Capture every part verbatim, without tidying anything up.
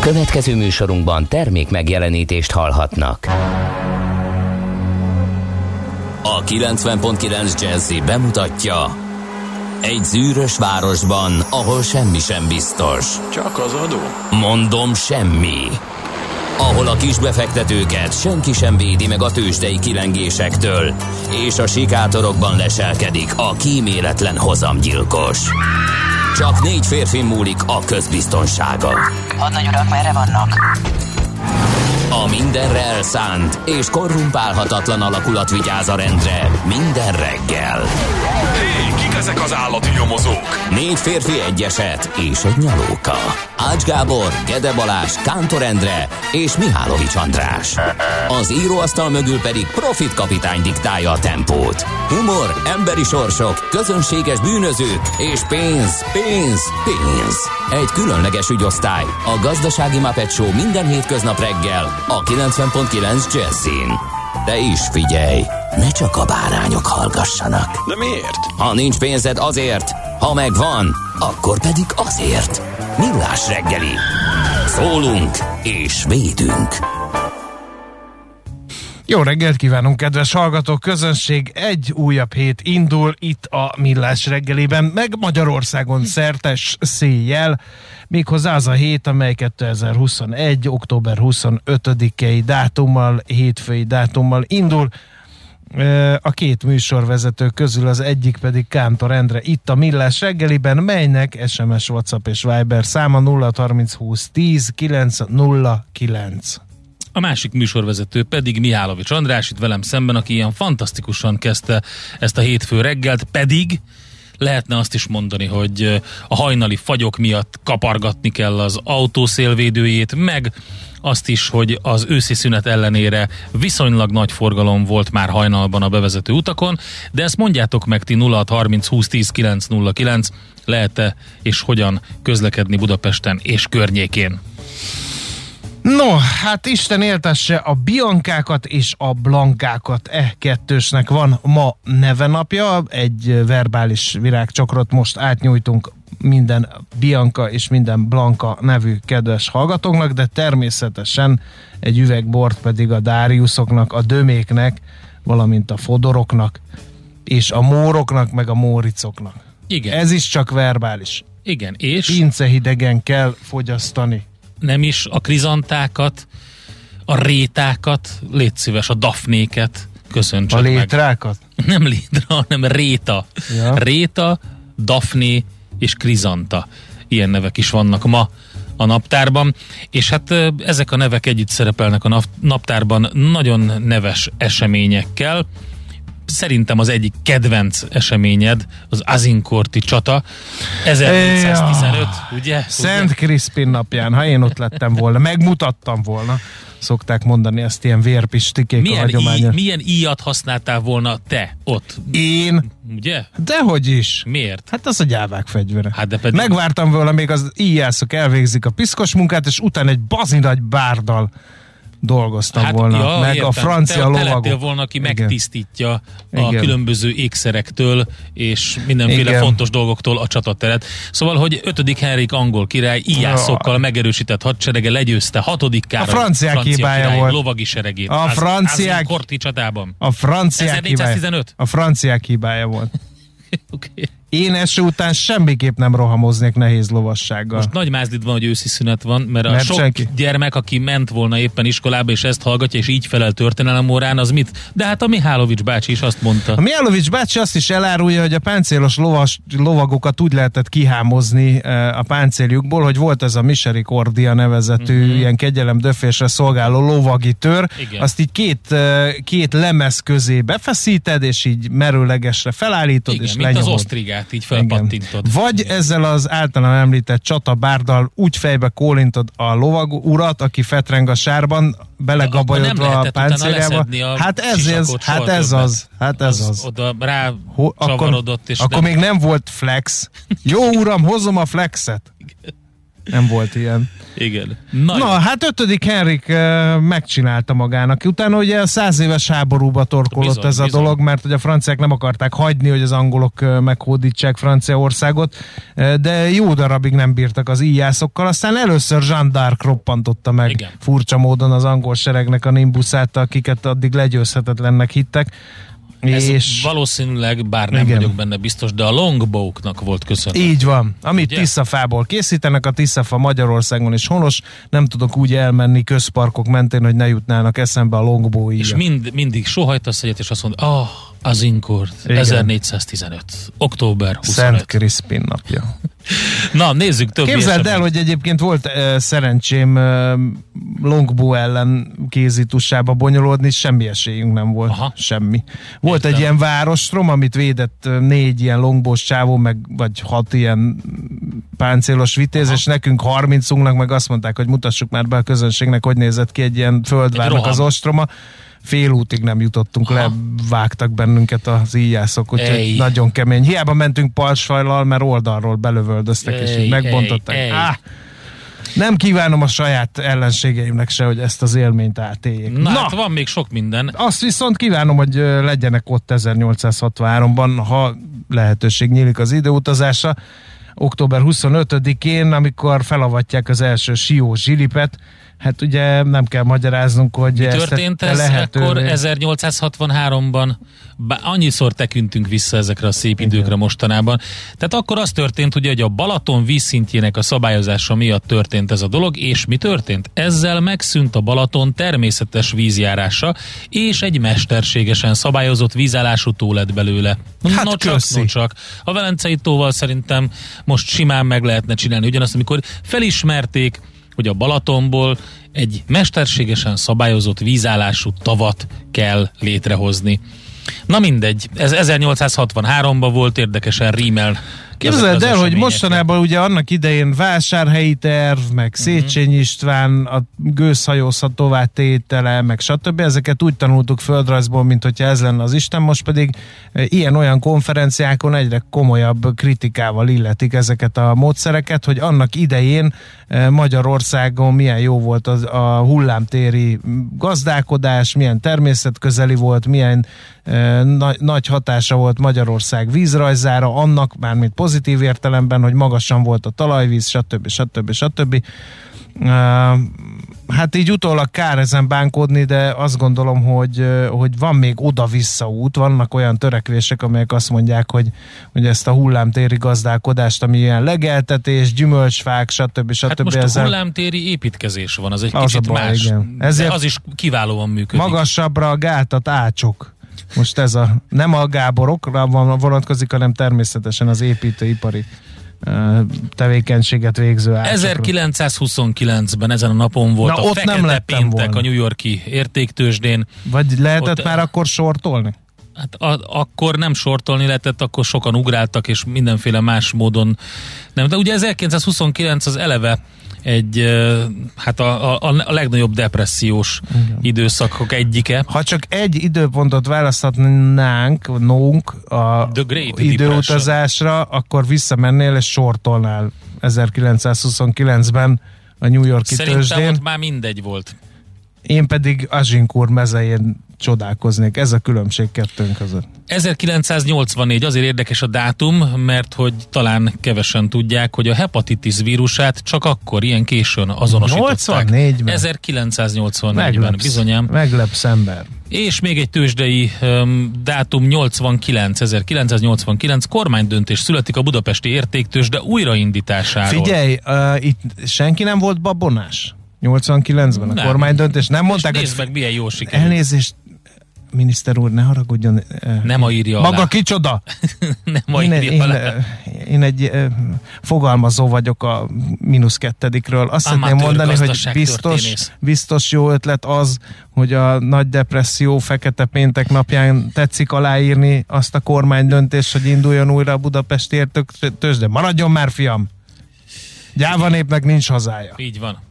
Következő műsorunkban termék megjelenítést hallhatnak. A kilencven pont kilenc Jazzy bemutatja: egy zűrös városban, ahol semmi sem biztos. Csak az adó? Mondom, semmi. Ahol a kisbefektetőket senki sem védi meg a tőzsdei kilengésektől, és a sikátorokban leselkedik a kíméletlen hozamgyilkos. Csak négy férfi múlik a közbiztonsága. Hadnagy urak, merre vannak? A mindenre elszánt és korrumpálhatatlan alakulat vigyáz a rendre minden reggel. Hé, kik ezek az állati nyomozók? Négy férfi, egy eset és egy nyalóka. Ács Gábor, Gede Balázs, Kántor Endre és Mihálovics András. Az íróasztal mögül pedig Profit kapitány diktálja a tempót. Humor, emberi sorsok, közönséges bűnözők és pénz, pénz, pénz. Egy különleges ügyosztály, a Gazdasági Muppet Show minden hétköznap reggel a kilencven pont kilenc Jazzyn. De is figyelj, ne csak a bárányok hallgassanak. De miért? Ha nincs pénzed, azért, ha megvan, akkor pedig azért. Millás reggeli. Szólunk és védünk. Jó reggelt kívánunk, kedves hallgatók, közönség! Egy újabb hét indul itt a Millás reggeliben, meg Magyarországon szertes széjjel, méghozzá az a hét, amely kétezer-huszonegy. október huszonötödikei dátummal, hétfői dátummal indul. A két műsorvezető közül az egyik pedig Kántor Endre itt a Millás reggeliben, melynek es em es, WhatsApp és Viber száma nulla harminc húsz tíz kilenc nulla kilenc. A másik műsorvezető pedig Mihálovics András, itt velem szemben, aki ilyen fantasztikusan kezdte ezt a hétfő reggelt, pedig lehetne azt is mondani, hogy a hajnali fagyok miatt kapargatni kell az autó szélvédőjét, meg azt is, hogy az őszi szünet ellenére viszonylag nagy forgalom volt már hajnalban a bevezető utakon, de ezt mondjátok meg ti nulla harminc húsz tíz kilenc nulla kilenc, lehet-e és hogyan közlekedni Budapesten és környékén? No, hát Isten éltesse a Biankákat és a Blankákat. E kettősnek van ma nevenapja, egy verbális virágcsokrot most átnyújtunk minden Bianca és minden Blanka nevű kedves hallgatóknak, de természetesen egy üvegbort pedig a Dáriuszoknak, a Döméknek, valamint a Fodoroknak, és a Móroknak, meg a Móricoknak. Igen. Ez is csak verbális. Igen, és... Pincehidegen kell fogyasztani. Nem is a krizantákat, a rétákat, légy szíves, a dafnéket köszöntsek meg. A létrákat? Nem létra, hanem réta. Ja. Réta, dafné és krizanta. Ilyen nevek is vannak ma a naptárban, és hát ezek a nevek együtt szerepelnek a naptárban nagyon neves eseményekkel. Szerintem az egyik kedvenc eseményed az Azincourti csata, ezernégyszáztizenöt, ugye? Szent Kriszpin napján, ha én ott lettem volna, megmutattam volna. Szokták mondani ezt ilyen vérpistikék milyen a hagyományos. Í, milyen íjat használtál volna te ott? Én? Ugye? Dehogy is. Miért? Hát az a gyávák fegyvere. Hát de pedig... Megvártam volna, még az íjászok elvégzik a piszkos munkát, és utána egy bazi nagy bárdal dolgoztam hát, volna, ja, meg értem. A francia lovagok. Te lettél volna, aki igen. megtisztítja a igen. különböző ékszerektől és mindenféle igen. fontos dolgoktól a csatateret. Szóval, hogy ötödik Henrik angol király íjászokkal ja. megerősített hadserege legyőzte hatodik Károly a franciák francia hibája király volt. lovagi seregét. A franciák Azincourti csatában. A franciák hibája. A franciák hibája volt. Okay. Én eső után semmiképp nem rohamoznék nehéz lovassággal. Most nagy mázdid van, hogy őszi szünet van, mert a mert sok senki. gyermek, aki ment volna éppen iskolába, és ezt hallgatja, és így felel történelem órán, az mit? De hát a Mihálovics bácsi is azt mondta. A Mihálovics bácsi azt is elárulja, hogy a páncélos lovas, lovagokat úgy lehetett kihámozni a páncéljukból, hogy volt ez a misericordia nevezetű, mm-hmm. ilyen kegyelemdöfésre szolgáló lovagi tör. Igen. Azt így két, két lemez közé befeszíted, és így merőlegesre felállítod, igen, és mint lenyomod. Az osztrigát így felpattintod. Vagy igen. ezzel az általán említett csatabárdal úgy fejbe kólintod a lovag urat, aki fetreng a sárban, belegabajodva a páncéljába. Hát ez, ez, hát ez az. Hát ez az. az. Oda rá Ho, csavarodott. Akkor, és akkor nem... még nem volt flex. Jó uram, hozom a flexet. Nem volt ilyen. Igen. Na, Na hát ötödik Henrik uh, megcsinálta magának. Utána ugye a száz éves háborúba torkolott bizony, ez a bizony. dolog, mert ugye a franciák nem akarták hagyni, hogy az angolok uh, meghódítsák Franciaországot, uh, de jó darabig nem bírtak az íjászokkal. Aztán először Jeanne d'Arc roppantotta meg Igen. furcsa módon az angol seregnek a nimbuszát, akiket addig legyőzhetetlennek hittek. Ez és valószínűleg, bár nem igen. vagyok benne biztos, de a longbowknak volt köszönhető. Így van. Amit ugye? Tiszafából készítenek, a tiszafa Magyarországon is honos, nem tudok úgy elmenni közparkok mentén, hogy ne jutnának eszembe a longbow íja. És mind, mindig sóhajtasz egyet, és azt mondod, ah, az inkord, ezernégyszáztizenöt, október huszonöt. Szent Kriszpin napja. Na, nézzük több. Képzeld el, hogy egyébként volt uh, szerencsém uh, longbow ellen kézitusába bonyolódni, semmi esélyünk nem volt. Aha. Semmi. Volt Értem. Egy ilyen várostrom, amit védett uh, négy ilyen longbós csávó, meg vagy hat ilyen páncélos vitéz, Aha. és nekünk harmincunknak meg azt mondták, hogy mutassuk már be a közönségnek, hogy nézett ki egy ilyen földvárnak egy az ostroma. Fél útig nem jutottunk, Aha. levágtak bennünket az íjászok, úgyhogy ej. nagyon kemény. Hiába mentünk palsfajlal, mert oldalról belövöldöztek, ej, és így megbontották. Ej, ej. Áh, nem kívánom a saját ellenségeimnek se, hogy ezt az élményt átéljék. Na, Na hát van még sok minden. Azt viszont kívánom, hogy legyenek ott ezernyolcszázhatvanháromban, ha lehetőség nyílik az időutazásra. október huszonötödikén, amikor felavatják az első Sió zsilipet, hát ugye nem kell magyaráznunk, hogy mi történt ez akkor ezernyolcszázhatvanháromban? Bár annyiszor tekintünk vissza ezekre a szép időkre Igen. mostanában. Tehát akkor az történt, ugye, hogy a Balaton vízszintjének a szabályozása miatt történt ez a dolog, és mi történt? Ezzel megszűnt a Balaton természetes vízjárása, és egy mesterségesen szabályozott vízállású tó lett belőle. Hát no csak, no csak. A Velencei tóval szerintem most simán meg lehetne csinálni ugyanazt, amikor felismerték, hogy a Balatonból egy mesterségesen szabályozott vízállású tavat kell létrehozni. Na mindegy, ez ezernyolcszázhatvanháromban volt, érdekesen rímel. Képzeld el, hogy mostanában ugye annak idején vásárhelyi terv, meg Széchenyi István, a gőzhajózhatóvá tétele, meg stb. Ezeket úgy tanultuk földrajzból, mint hogyha ez lenne az Isten, most pedig ilyen-olyan konferenciákon egyre komolyabb kritikával illetik ezeket a módszereket, hogy annak idején Magyarországon milyen jó volt az, a hullámtéri gazdálkodás, milyen természetközeli volt, milyen e, nagy, nagy hatása volt Magyarország vízrajzára, annak mármint pozitív értelemben, hogy magasan volt a talajvíz, stb. stb. stb. E, hát így utólag kár ezen bánkódni, de azt gondolom, hogy, hogy van még oda-vissza út, vannak olyan törekvések, amelyek azt mondják, hogy, hogy ezt a hullámtéri gazdálkodást, ami ilyen legeltetés, gyümölcsfák, stb. stb. Hát most ezzel... a hullámtéri építkezés van, az egy az kicsit baj, más, igen. Ezért az is kiválóan működik. Magasabbra a gátat ácsok. Most ez a, nem a Gáborokra vonatkozik, hanem természetesen az építőipari tevékenységet végző ácsokra. ezerkilencszázhuszonkilencben ezen a napon volt Na, a fekete péntek volna. A New York-i értéktőzsdén. Vagy lehetett ott, már akkor sortolni? Hát a, akkor nem sortolni lehetett, akkor sokan ugráltak, és mindenféle más módon nem. De ugye ezerkilencszázhuszonkilenc az eleve egy, hát a, a, a legnagyobb depressziós Igen. időszakok egyike. Ha csak egy időpontot választhatnánk, nunk a időutazásra, akkor visszamennél és sortolnál ezerkilencszázhuszonkilencben a New York-i tőzsdén. Szerintem ott már mindegy volt. Én pedig Agincourt mezején csodálkoznék. Ez a különbség kettőnk között. ezerkilencszáznyolcvannégy azért érdekes a dátum, mert hogy talán kevesen tudják, hogy a hepatitis vírusát csak akkor ilyen későn azonosították. nyolcvannégyben ezerkilencszáznyolcvannégyben Meglepsz, bizonyám. Meglepsz ember. És még egy tőzsdei um, dátum nyolcvankilenc, ezerkilencszáznyolcvankilenc kormánydöntés születik a budapesti értéktőzsde újraindításáról. Figyelj, uh, itt senki nem volt babonás? nyolcvankilencben a kormánydöntés. Nem mondták, nézd hogy meg, milyen jó sikerült. Elnézést, miniszter úr, ne haragudjon. Nem ma írja Maga alá. kicsoda? Nem ma én, írja én, alá. Én egy eh, fogalmazó vagyok a mínusz kettedikről. Azt szeretném mondani, hogy biztos, biztos jó ötlet az, hogy a nagy depresszió fekete péntek napján tetszik aláírni azt a kormánydöntést, hogy induljon újra a budapesti értéktőzsde. Maradjon már, fiam! Gyáva népnek nincs hazája. Így van.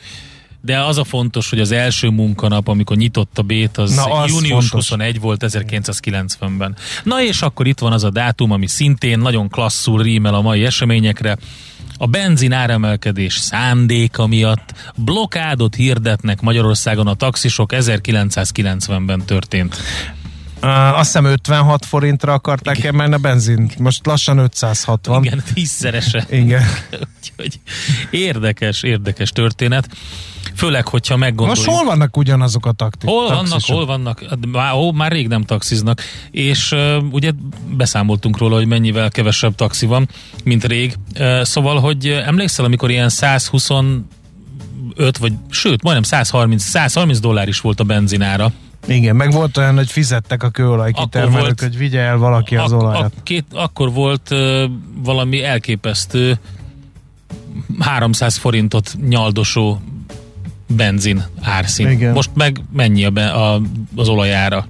De az a fontos, hogy az első munkanap, amikor nyitott a bét, az, Na, az június fontos. huszonegy volt ezerkilencszázkilencvenben. Na és akkor itt van az a dátum, ami szintén nagyon klasszul rímel a mai eseményekre. A benzin áremelkedés szándéka miatt blokádot hirdetnek Magyarországon a taxisok, ezerkilencszázkilencvenben történt. Uh, azt hiszem ötvenhat forintra akarták Igen. emelni a benzint, most lassan ötszázhatvan. Igen, tízszerese. Igen. Úgyhogy érdekes, érdekes történet. Főleg, hogyha meggondoljuk. Most hol vannak ugyanazok a taktik? Hol vannak, taxisok? hol vannak? Már, ó, már rég nem taxiznak. És uh, ugye beszámoltunk róla, hogy mennyivel kevesebb taxi van, mint rég. Uh, szóval, hogy uh, emlékszel, amikor ilyen százhuszonöt, vagy sőt, majdnem százharminc, százharminc dollár is volt a benzinára. Igen, meg volt olyan, hogy fizettek a kőolaj kitermelők, volt, hogy vigye el valaki az ak- olajat. ak- két, akkor volt uh, valami elképesztő háromszáz forintot nyaldosó benzin árszín. Igen. Most meg mennyi a, be, a, az olajára?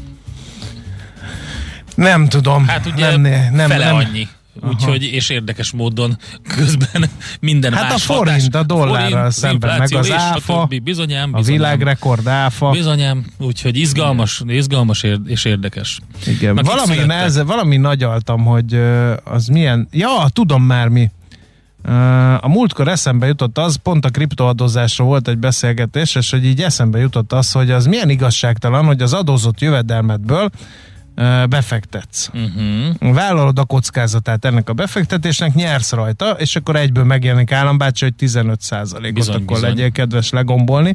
Nem tudom. Hát ugye nem, nem, fele nem. annyi. Úgyhogy, és érdekes módon közben minden Hát más a forint hatás, a dollárral forint, szemben, meg infláció, az és áfa, többi. Bizonyám, a bizonyám, világrekord áfa. bizonyám, úgyhogy izgalmas, izgalmas és érdekes. Igen. Na, Valami, kik neheze, valami nagyaltam, hogy uh, az milyen... Ja, tudom már mi. Uh, a múltkor eszembe jutott az, pont a kriptoadózásról volt egy beszélgetés, és hogy így eszembe jutott az, hogy az milyen igazságtalan, hogy az adózott jövedelmedből uh, befektetsz. Uh-huh. Vállalod a kockázatát ennek a befektetésnek, nyersz rajta, és akkor egyből megjelenik állambácsi, hogy tizenöt százalékot, Bizony, akkor bizony. legyél kedves legombolni.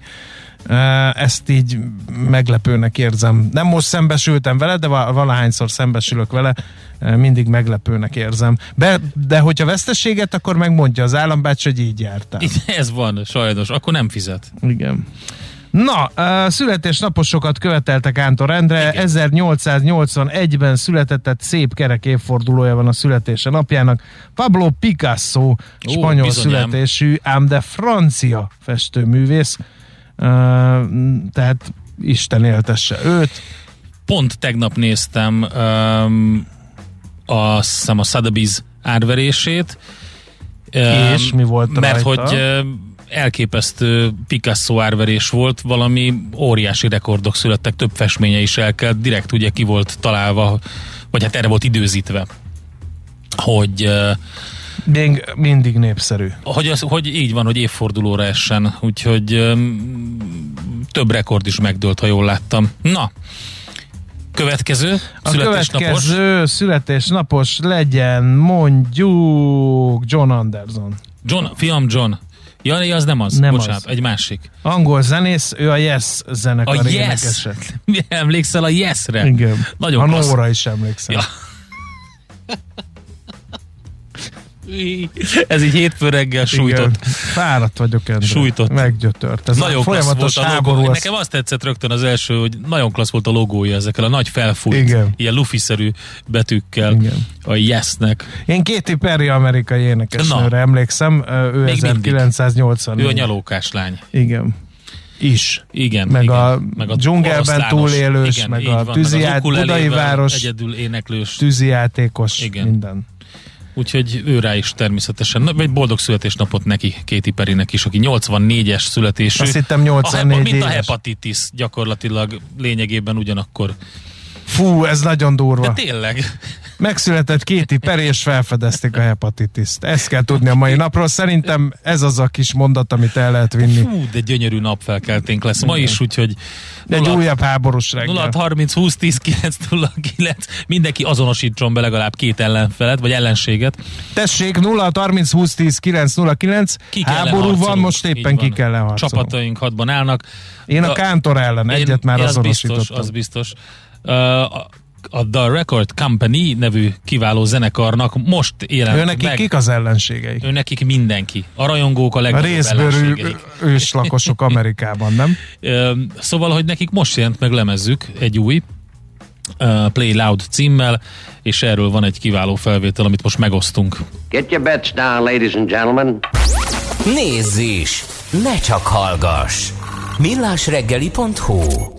Ezt így meglepőnek érzem. Nem most szembesültem vele, de valahányszor szembesülök vele, mindig meglepőnek érzem. Be, de hogyha veszteséget, akkor megmondja az állambácsi, hogy így jártál. Ez van, sajnos. Akkor nem fizet. Igen. Na, uh, születésnaposokat követeltek Kántor Endre. Igen. ezernyolcszáznyolcvanegyben született, tehát szép kerek évfordulója van a születése napjának. Pablo Picasso, Ó, spanyol bizonyám. születésű, ám de francia festőművész. Uh, tehát Isten éltesse őt. Pont tegnap néztem um, azt hiszem a Sotheby's árverését. Um, És mi volt Mert rajta? hogy um, elképesztő Picasso árverés volt, valami óriási rekordok születtek, több festménye is elkelt, direkt ugye ki volt találva, vagy hát erre volt időzítve, hogy uh, Még mindig népszerű. hogy, az, hogy így van, hogy évfordulóra essen, úgyhogy um, több rekord is megdőlt, ha jól láttam. Na, következő A születésnapos. következő születésnapos legyen mondjuk John Anderson. John, fiam John. Ja, az nem az. Nem Bocsánat, az. egy másik. Angol zenész, ő a Yes zenekar A Yes! énekese. Emlékszel a Yes-re? Igen. Nagyon a klassz. Nóra is emlékszem. Ja. Ez így hétfő reggel sújtott. Igen. Fáradt vagyok, Endre. Sújtott. Meggyötört. Ez Nagyon a klassz folyamatos volt a háború. logó. Az... Nekem azt tetszett rögtön az első, hogy nagyon klassz volt a logója ezekkel a nagy felfújt, Igen. ilyen lufiszerű betűkkel. Igen. A Yes-nek. Én Katy Perry amerikai énekesnőre emlékszem. Ő Még ezerkilencszáznyolcvan. Ő a nyalókás lány. Igen. Is. Igen. Meg igen. a meg a dzsungelben oroszlános. túlélős, Igen, meg így a van, tűziját- meg az ukulelével Budai város. egyedül éneklős. Tűzijátékos. Igen. Minden. Úgyhogy ő rá is természetesen. Na, egy boldog születésnapot neki, Katy Perrynek is, aki nyolcvannégyes születésű. Azt hittem a nyolcvannégy hepa, mint a éves. hepatitis gyakorlatilag lényegében ugyanakkor. Fú, ez nagyon durva. De tényleg. Megszületett Katy Perry, és felfedezték a hepatitiszt. Ezt kell tudni a mai napról. Szerintem ez az a kis mondat, amit el lehet vinni. Fú, de gyönyörű napfelkelténk lesz ma is, úgyhogy Egy nulla- újabb háborús reggel. nulla harminc húsz tíz kilenc nulla kilenc mindenki azonosítson be legalább két ellenfelet, vagy ellenséget. Tessék, nulla harminc húsz tíz kilenc nulla kilenc. Ki ellen Háború van, harcolunk. most Így éppen van. ki kell harcolni. Csapataink hadban állnak. Én a Kántor ellen egyet már az azonosítottam. biztos, az biztos. Uh, a, a The Record Company nevű kiváló zenekarnak most jelent Ő nekik meg. kik az ellenségeik? Ő nekik mindenki. A rajongók a A legnagyobb részbőrű ellenségeik. őslakosok Amerikában, nem? Ö, Szóval, hogy nekik most jelent meg lemezzük egy új uh, Play Loud címmel, és erről van egy kiváló felvétel, amit most megosztunk. Get your bets down, ladies and gentlemen. Nézz is! Ne csak hallgass! millásreggeli pont hu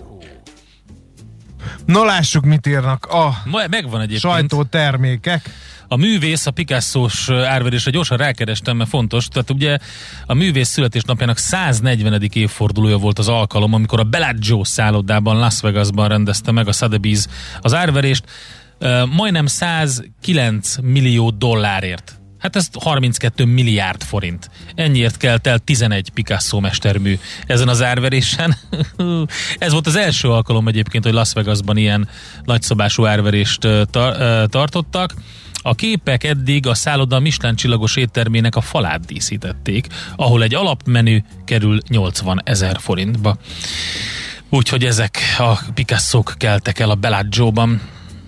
No, lássuk, mit írnak a Ma- Megvan egyébként. sajtótermékek. A művész, a Picasso-s árverésre gyorsan rákerestem, mert fontos. Tehát ugye a művész születésnapjának száznegyvenedik évfordulója volt az alkalom, amikor a Bellagio szállodában, Las Vegasban rendezte meg a Sotheby's az árverést, uh, majdnem százkilenc millió dollárért. Hát ez harminckettő milliárd forint. Ennyiért kelt el tizenegy Picasso mestermű ezen az árverésen. Ez volt az első alkalom egyébként, hogy Las Vegasban ilyen nagyszabású árverést tar- tartottak. A képek eddig a szálloda Michelin csillagos éttermének a falát díszítették, ahol egy alapmenü kerül nyolcvanezer forintba. Úgyhogy ezek a Picasso-k keltek el a Bellagio-ban.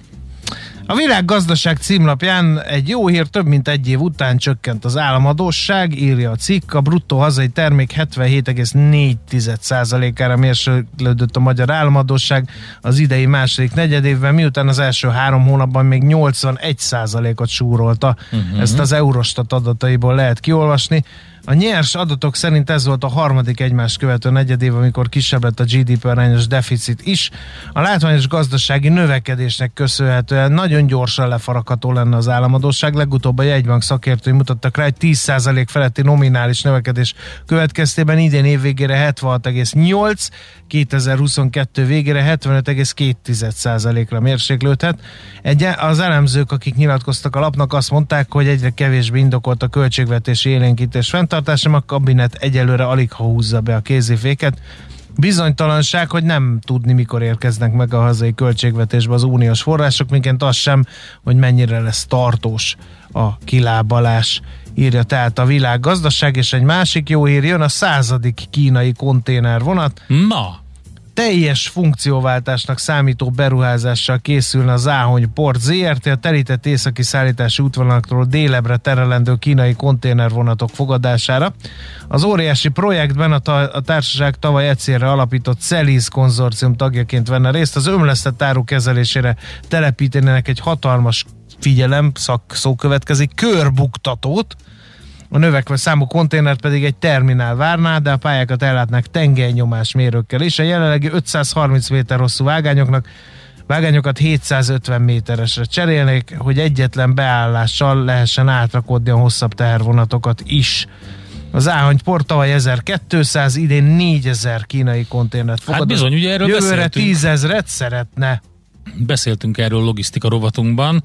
A Világgazdaság címlapján egy jó hír, több mint egy év után csökkent az államadósság, írja a cikk, a bruttó hazai termék hetvenhét egész négy százalékára mérséklődött a magyar államadósság az idei második negyedévben, miután az első három hónapban még nyolcvanegy százalékot súrolta. Uh-huh. Ezt az Eurostat adataiból lehet kiolvasni. A nyers adatok szerint ez volt a harmadik egymást követő negyedév, amikor kisebb lett a gé dé pé arányos deficit is. A látványos gazdasági növekedésnek köszönhetően nagyon gyorsan lefaragható lenne az államadósság. Legutóbb a jegybank szakértői mutattak rá, hogy tíz százalék feletti nominális növekedés következtében idén év végére hetvenhat egész nyolc, kétezer-huszonkettő végére hetvenöt egész két százalékra mérséklődhet. Egy, az elemzők, akik nyilatkoztak a lapnak, azt mondták, hogy egyre kevésbé indokolt a költségvetési élénkítés fenntartása, a kabinet egyelőre alig ha húzza be a kéziféket. Bizonytalanság, hogy nem tudni, mikor érkeznek meg a hazai költségvetésbe az uniós források, miként az sem, hogy mennyire lesz tartós a kilábalás, írja tehát a Világgazdaság. És egy másik jó hír jön, a századik kínai konténervonat. Na! Teljes funkcióváltásnak számító beruházással készülne a Záhony Port zé er té, a telített északi szállítási útvonalaktól délebre terelendő kínai konténervonatok fogadására. Az óriási projektben a, ta- a társaság tavaly egyszerre alapított Celis konzorcium tagjaként venne részt. Az ömlesztett áru kezelésére telepítenének egy hatalmas, figyelem, szakszó következik, körbuktatót. A növekvő számú konténert pedig egy terminál várná, de a pályákat ellátnák tengernyomás mérőkkel is. A jelenlegi ötszázharminc méter hosszú vágányoknak vágányokat hétszázötven méteresre cserélnék, hogy egyetlen beállással lehessen átrakodni a hosszabb tehervonatokat is. Az Záhony Port tavaly ezerkétszáz, idén négyezer kínai konténert fogadott. Hát bizony, ugye erről Jövőre beszéltünk. tízezret szeretne. Beszéltünk erről logisztika rovatunkban,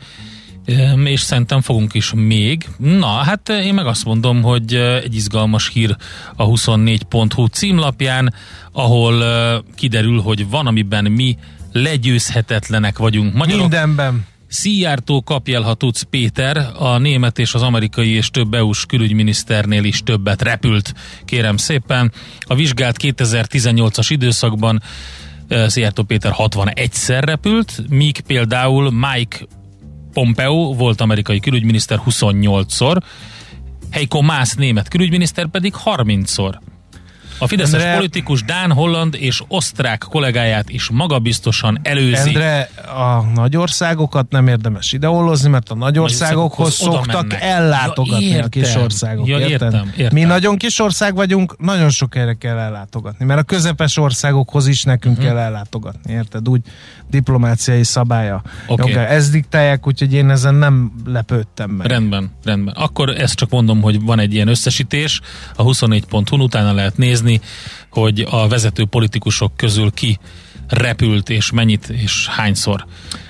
és szerintem fogunk is még. Na, hát én meg azt mondom, hogy egy izgalmas hír a huszonnégy pont hu címlapján, ahol kiderül, hogy van, amiben mi legyőzhetetlenek vagyunk magyarok. Mindenben. Szijjártó, kapj el, ha tudsz, Péter, a német és az amerikai és több é u-s külügyminiszternél is többet repült, kérem szépen. A vizsgált kétezer-tizennyolcas időszakban Szijjártó Péter hatvanegyszer repült, míg például Mike Pompeo volt amerikai külügyminiszter huszonnyolcszor, Heiko Maas német külügyminiszter pedig harmincszor. A fideszes Endre, politikus dán, holland és osztrák kollégáját is magabiztosan előzi. Endre, a nagy országokat nem érdemes ideolózni, mert a nagy országokhoz szoktak mennek. ellátogatni ja, a kis országok. Ja, értem, értem. Mi nagyon kis ország vagyunk, nagyon sok helyre kell ellátogatni, mert a közepes országokhoz is nekünk uh-huh. kell ellátogatni, érted? Úgy diplomáciai szabálya. Okay. Joga, ezt diktálják, úgyhogy én ezen nem lepődtem meg. Rendben, rendben. Akkor ezt csak mondom, hogy van egy ilyen összesítés, a huszonnégy pont hu utána lehet nézni, hogy a vezető politikusok közül ki repült, és mennyit, és hányszor.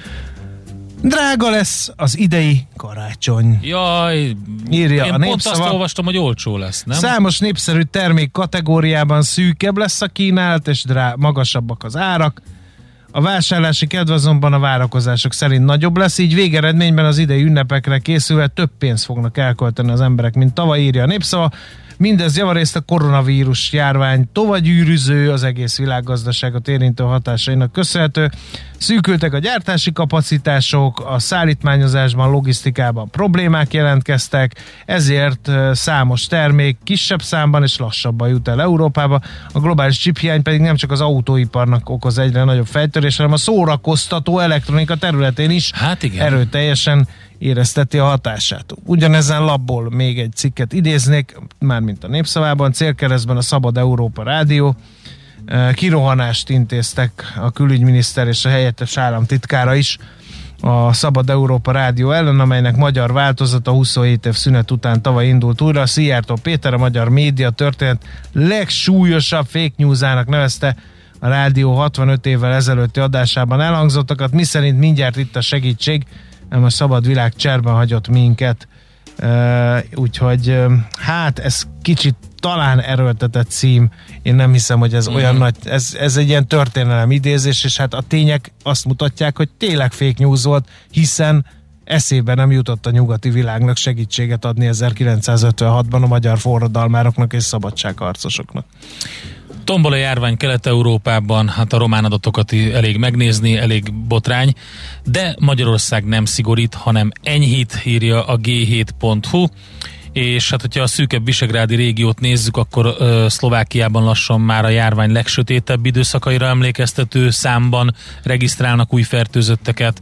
Drága lesz az idei karácsony. Jaj, írja én a pont Népszava. Azt olvastam, hogy olcsó lesz, nem? Számos népszerű termék kategóriában szűkebb lesz a kínálat, és drá- magasabbak az árak. A vásárlási kedv azonban a várakozások szerint nagyobb lesz, így végeredményben az idei ünnepekre készülve több pénzt fognak elkölteni az emberek, mint tavaly, írja a Népszava. Mindez javarészt a koronavírus járvány tovagyűrűző, az egész világgazdaságot érintő hatásainak köszönhető. Szűkültek a gyártási kapacitások, a szállítmányozásban, logisztikában problémák jelentkeztek, ezért számos termék kisebb számban és lassabban jut el Európába. A globális chiphiány pedig nem csak az autóiparnak okoz egyre nagyobb fejtörést, hanem a szórakoztató elektronika területén is hát igen. erőteljesen érezteti a hatását. Ugyanezen lapból még egy cikket idéznék, mármint a Népszavában, célkeresztben a Szabad Európa Rádió. Kirohanást intéztek a külügyminiszter és a helyettes államtitkára is a Szabad Európa Rádió ellen, amelynek magyar változata huszonhét év szünet után tavaly indult újra. A Szijjártó Péter, a magyar média történet legsúlyosabb fake newsának nevezte a rádió hatvanöt évvel ezelőtti adásában elhangzottakat, miszerint mindjárt itt a segítség, nem a szabad világ cserben hagyott minket, Úgyhogy hát ez kicsit talán erőltetett cím, én nem hiszem, hogy ez mm. olyan nagy, ez, ez egy ilyen történelem idézés, és hát a tények azt mutatják, hogy tényleg fake news volt, hiszen eszébe nem jutott a nyugati világnak segítséget adni ezerkilencszázötvenhatban a magyar forradalmároknak és szabadságharcosoknak. Tombol a járvány Kelet-Európában, hát a román adatokat elég megnézni, elég botrány, de Magyarország nem szigorít, hanem enyhít, írja a gé hét pont hu, és hát hogyha a szűkebb visegrádi régiót nézzük, akkor ö, Szlovákiában lassan már a járvány legsötétebb időszakaira emlékeztető számban regisztrálnak új fertőzötteket.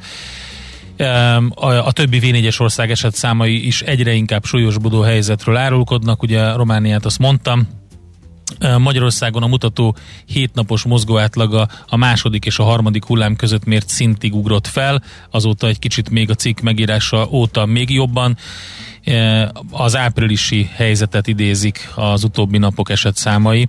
A, a többi vé négyes ország esetszámai is egyre inkább súlyosbodó helyzetről árulkodnak, ugye Romániát azt mondtam. Magyarországon a mutató hétnapos mozgóátlaga a második és a harmadik hullám között mért szintig ugrott fel, azóta egy kicsit még a cikk megírása óta még jobban. Az áprilisi helyzetet idézik az utóbbi napok esetszámai,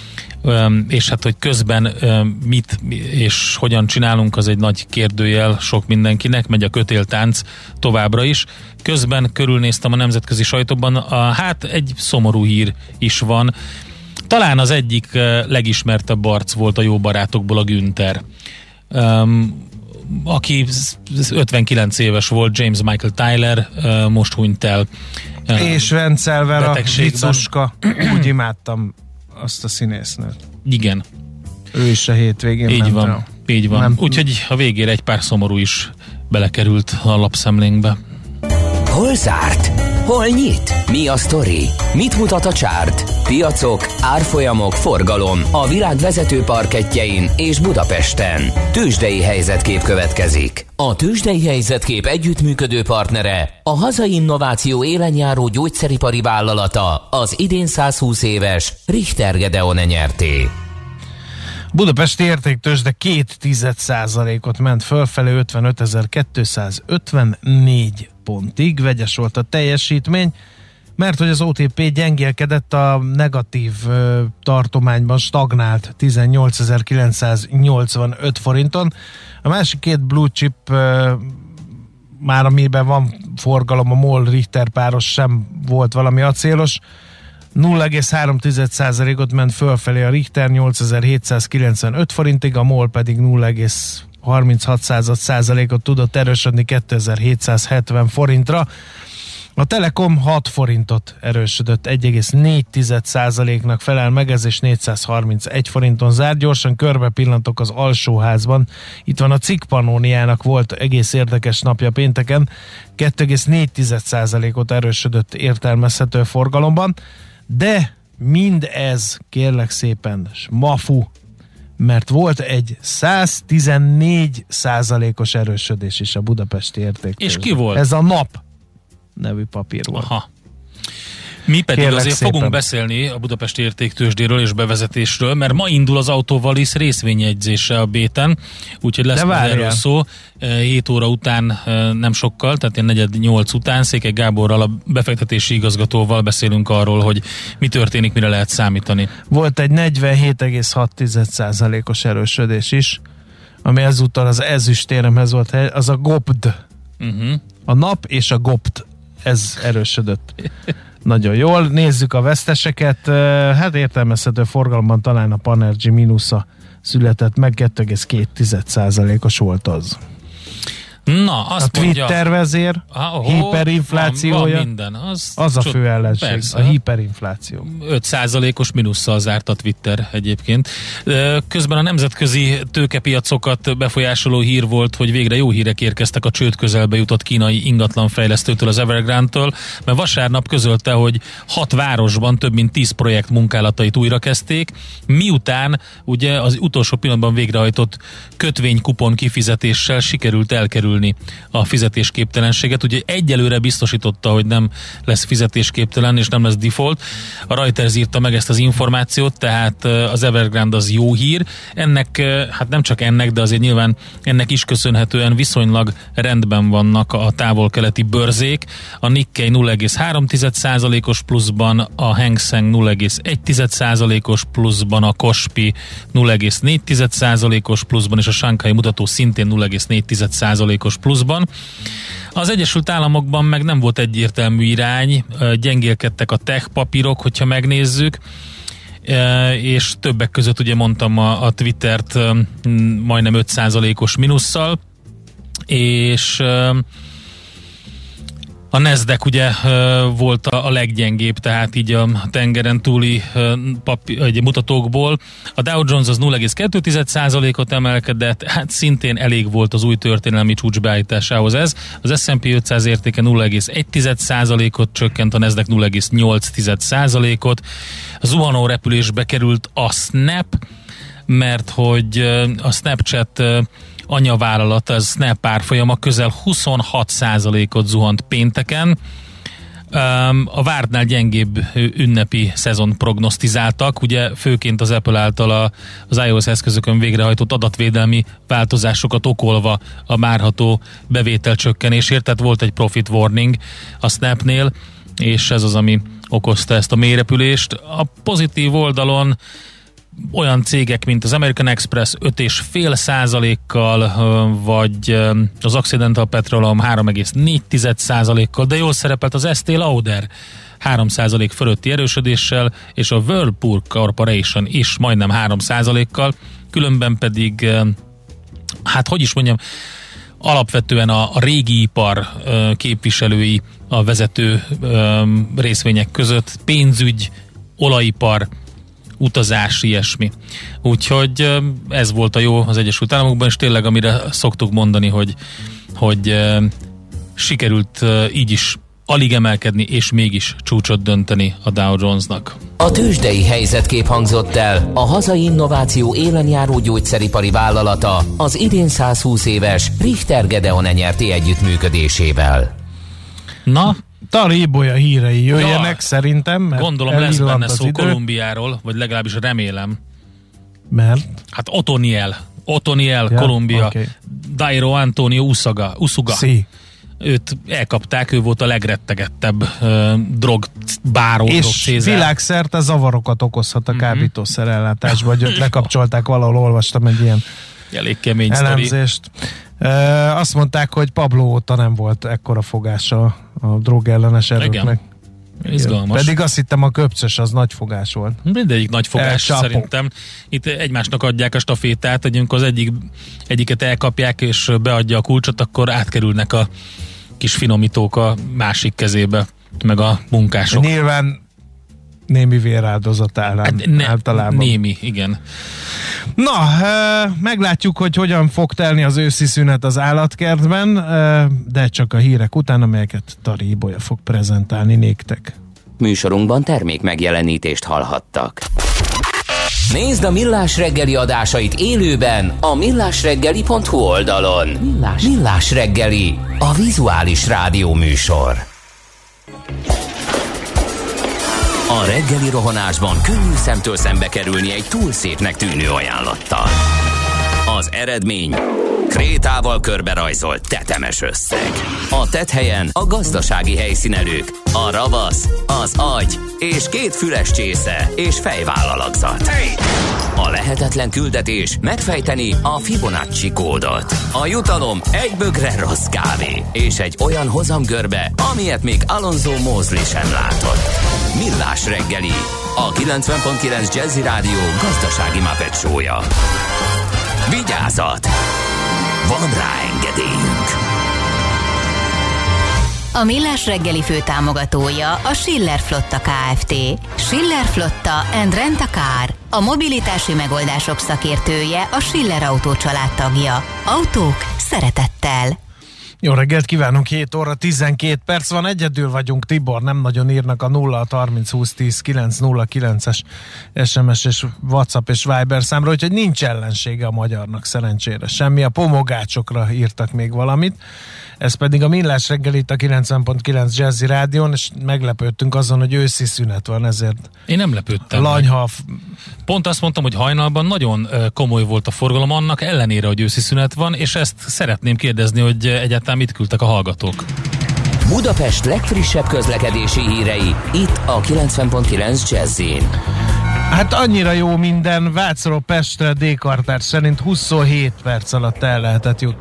és hát, hogy közben mit és hogyan csinálunk, az egy nagy kérdőjel sok mindenkinek, megy a kötéltánc továbbra is. Közben körülnéztem a nemzetközi sajtóban, a, hát egy szomorú hír is van. Talán az egyik legismertebb arc volt a jó barátokból a Günther, um, aki ötvenkilenc éves volt, James Michael Tyler, uh, most hunyt el. Uh, és Vencelver a vicoska, úgy imádtam azt a színésznőt. Igen. Ő is a hétvégén így ment van, el. Így van. Úgyhogy a végére egy pár szomorú is belekerült a lapszemlénkbe. Hol zárt? Hol nyit? Mi a sztori? Mit mutat a csárt? Piacok, árfolyamok, forgalom a világ vezető parkettjein és Budapesten. Tőzsdei helyzetkép következik. A Tőzsdei helyzetkép együttműködő partnere a hazai innováció élenjáró gyógyszeripari vállalata, az idén százhúsz éves Richter Gedeon nyerté. Budapesti értéktőzsde két tized százalékot ment fölfelé ötvenötezer-kétszázötvennégy pontig, vegyes volt a teljesítmény, mert hogy az o té pé gyengélkedett, a negatív ö, tartományban stagnált tizennyolcezer-kilencszáznyolcvanöt forinton. A másik két blue chip ö, már amiben van forgalom, a MOL Richter páros sem volt valami acélos, nulla egész három tized százalékot ment fölfelé a Richter nyolcezer-hétszázkilencvenöt forintig, a MOL pedig nulla egész harminchat százalékot tudott erősödni kétezer-hétszázhetven forintra. A Telekom hat forintot erősödött, egy egész négy tized százaléknak felel meg, ez és négyszázharmincegy forinton zár. Gyorsan körbe pillantok az alsóházban. Itt van a cikk Pannoniának, volt egész érdekes napja pénteken, két egész négy tized százalékot erősödött értelmezhető forgalomban, de mindez kérlek szépen smafu, mert volt egy száztizennégy százalékos erősödés is a budapesti értéktőzsdén. És ki volt? Ez a Nap nevű papír volt. Aha. Mi pedig Kérlek azért szépen. fogunk beszélni a budapesti értéktőzsdéről és bevezetésről, mert ma indul az Autóvalis részvényjegyzése a Béten, úgyhogy lesz már erről szó. hét óra után nem sokkal, tehát ilyen negyed nyolc után Székely Gáborral, a befektetési igazgatóval beszélünk arról, hogy mi történik, mire lehet számítani. Volt egy negyvenhét egész hat tized százalékos erősödés is, ami ezúttal az ezüstéremhez volt, az a gopd. Uh-huh. A Nap és a gopd, ez erősödött. Nagyon jól. Nézzük a veszteseket. Hát értelmezhető forgalomban talán a Panergy mínusza született meg, két egész két tized százalékos volt az. Na, azt a Twitter mondja, vezér ah, oh, hiperinflációja, van, van minden. Az, az a csod, fő ellenség, persze. a hiperinfláció. öt százalékos mínusszal zárt a Twitter egyébként. Közben a nemzetközi tőkepiacokat befolyásoló hír volt, hogy végre jó hírek érkeztek a csőd közelbe jutott kínai ingatlanfejlesztőtől, az Evergrande-től, mert vasárnap közölte, hogy hat városban több mint tíz projekt munkálatait újra kezdték, miután ugye az utolsó pillanatban végrehajtott kötvénykupon kifizetéssel sikerült elkerülni a fizetésképtelenséget. Ugye egyelőre biztosította, hogy nem lesz fizetésképtelen és nem lesz default. A Reuters írta meg ezt az információt, tehát az Evergrande az jó hír. Ennek, hát nem csak ennek, de azért nyilván ennek is köszönhetően viszonylag rendben vannak a távol-keleti bőrzék. A Nikkei nulla egész három tized százalékos pluszban, a Hang Seng nulla egész egy tized százalékos pluszban, a Kospi nulla egész négy tized százalékos pluszban, és a Shanghai mutató szintén nulla egész négy tized százalékos százalékos pluszban. Az Egyesült Államokban meg nem volt egyértelmű irány, gyengélkedtek a tech papírok, hogyha megnézzük, és többek között ugye mondtam a, a Twittert majdnem öt százalékos mínusszal, és a Nasdaq ugye volt a leggyengébb, tehát így a tengeren túli papír, mutatókból. A Dow Jones az nulla egész kettő százalékot emelkedett, hát szintén elég volt az új történelmi csúcs beállításához ez. Az es and pé ötszáz értéke nulla egész egy százalékot csökkent, a Nasdaq nulla egész nyolc százalékot. A zuhanó repülésbe került a Snap, mert hogy a Snapchat anyavállalata, az Snap árfolyama közel huszonhat százalékot zuhant pénteken. A vártnál gyengébb ünnepi szezon prognosztizáltak, ugye főként az Apple által a, az iOS eszközökön végrehajtott adatvédelmi változásokat okolva a várható bevételcsökkenésért, tehát volt egy profit warning a Snapnél, és ez az, ami okozta ezt a mélyrepülést. A pozitív oldalon olyan cégek, mint az American Express öt egész öt százalékkal, vagy az Occidental Petroleum három egész négy százalékkal, de jól szerepelt az Estée Lauder három százalék fölötti erősödéssel, és a Whirlpool Corporation is majdnem három százalékkal, különben pedig, hát hogy is mondjam, alapvetően a, a régi ipar képviselői a vezető részvények között, pénzügy, olajipar, utazás, ilyesmi. Úgyhogy ez volt a jó az Egyesült Államokban, és tényleg amire szoktuk mondani, hogy, hogy sikerült így is alig emelkedni, és mégis csúcsot dönteni a Dow Jonesnak. A tőzsdei helyzetkép hangzott el a hazai innováció élenjáró gyógyszeripari vállalata az idén százhúsz éves Richter Gedeon nyerti együttműködésével. Na, Talébolya hírei jöjjenek, ja, szerintem, mert gondolom lesz benne szó idő. Kolumbiáról, vagy legalábbis remélem. Mert? Hát Otoniel, Otoniel, ja, Kolumbia, okay. Dairo Antonio Usaga, Usuga. Sí. Őt elkapták, ő volt a legrettegettebb uh, drogbáró. És drog világszerte zavarokat okozhat a mm-hmm. kábítószerellátásba, hogy őt lekapcsolták, valahol olvastam egy ilyen elég kemény elemzést. Uh, azt mondták, hogy Pablo óta nem volt ekkora fogása a drogellenes erőknek. Izgalmas. Pedig azt hittem, a köpcös az nagy fogás volt. Mindegyik nagy fogás El, szerintem. Itt egymásnak adják a stafétát, hogy az egyik, egyiket elkapják és beadja a kulcsot, akkor átkerülnek a kis finomítók a másik kezébe, meg a munkások. Nyilván némi véráldozat állám, hát ne, általában. Némi, igen. Na, meglátjuk, hogy hogyan fog telni az őszi szünet az állatkertben, de csak a hírek után, amelyeket Tari Ibolya fog prezentálni néktek. Műsorunkban termék megjelenítést hallhattak. Nézd a Millás reggeli adásait élőben a millásreggeli pont hu oldalon. Millás, Millás reggeli, a vizuális rádió műsor. A reggeli rohanásban könnyű szemtől szembe kerülni egy túl szépnek tűnő ajánlattal. Az eredmény krétával körberajzolt tetemes összeg. A tetthelyen a gazdasági helyszínelők, a ravasz, az agy és két füles csésze és fejvállalakzat. A lehetetlen küldetés megfejteni a Fibonacci kódot. A jutalom egy bögre rossz kávé és egy olyan hozamgörbe, amilyet még Alonso Mosley sem látott. Millás reggeli, a kilencven pont kilenc Jazzy Rádió gazdasági Muppet show-ja. Vigyázat! Van rá engedélyünk! A Millás reggeli főtámogatója a Schiller Flotta Kft. Schiller Flotta and Rent a Car. A mobilitási megoldások szakértője, a Schiller Autó család tagja. Autók szeretettel. Jó reggelt kívánunk, hét óra tizenkét perc van, egyedül vagyunk, Tibor, nem nagyon írnak a nulla harminc húsz tíz kilenc nulla kilences es em es és WhatsApp és Viber számra, úgyhogy nincs ellensége a magyarnak szerencsére semmi, a pomogácsokra írtak még valamit, ez pedig a Millás reggelit a kilencven pont kilenc Jazzy Rádión, és meglepődtünk azon, hogy őszi szünet van, ezért én nem lepődtem. Lanyha. Pont azt mondtam, hogy hajnalban nagyon komoly volt a forgalom annak ellenére, hogy őszi szünet van, és ezt szeretném kérdezni, hogy egyáltalán mit küldtek a hallgatók. Budapest legfrissebb közlekedési hírei, itt a kilencven pont kilenc Jazzyn. Hát annyira jó minden, Vácról Pestre D-kartár szerint huszonhét perc alatt el lehetett jutni.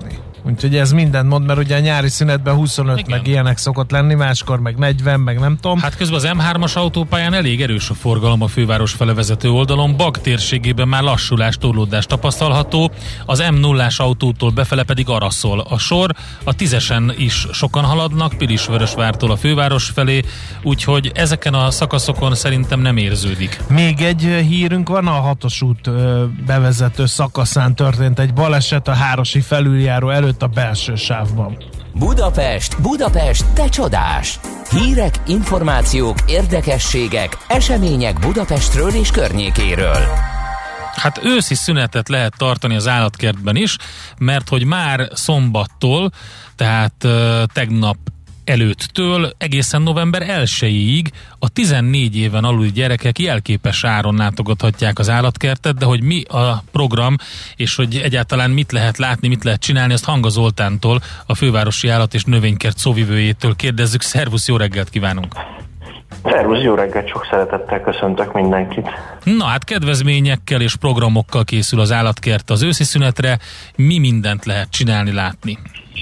Úgyhogy ez mindent mond, mert ugye a nyári szünetben huszonöt Igen. meg ilyenek szokott lenni, máskor meg negyven, meg nem tudom. Hát közben az em hármas autópályán elég erős a forgalom a főváros fele vezető oldalon, Bag térségében már lassulás, torlódás tapasztalható, az em nullás autótól befele pedig arra szól a sor, a tízesen is sokan haladnak, Pilisvörösvártól a főváros felé, úgyhogy ezeken a szakaszokon szerintem nem érződik. Még egy hírünk van, a hatos út ö, bevezető szakaszán történt egy baleset a Hárosi felüljáró előtt a belső sávban. Budapest, Budapest, te csodás! Hírek, információk, érdekességek, események Budapestről és környékéről. Hát őszi szünetet lehet tartani az állatkertben is, mert hogy már szombattól, tehát uh, tegnap előttől egészen november elsejéig a tizennégy éven aluli gyerekek jelképes áron látogathatják az állatkertet, de hogy mi a program, és hogy egyáltalán mit lehet látni, mit lehet csinálni, azt Hanga Zoltántól, a Fővárosi Állat- és Növénykert szóvivőjétől kérdezzük. Szervusz, jó reggelt kívánunk! Szervusz, jó reggelt, sok szeretettel köszöntök mindenkit. Na hát kedvezményekkel és programokkal készül az állatkert az őszi szünetre. Mi mindent lehet csinálni, látni?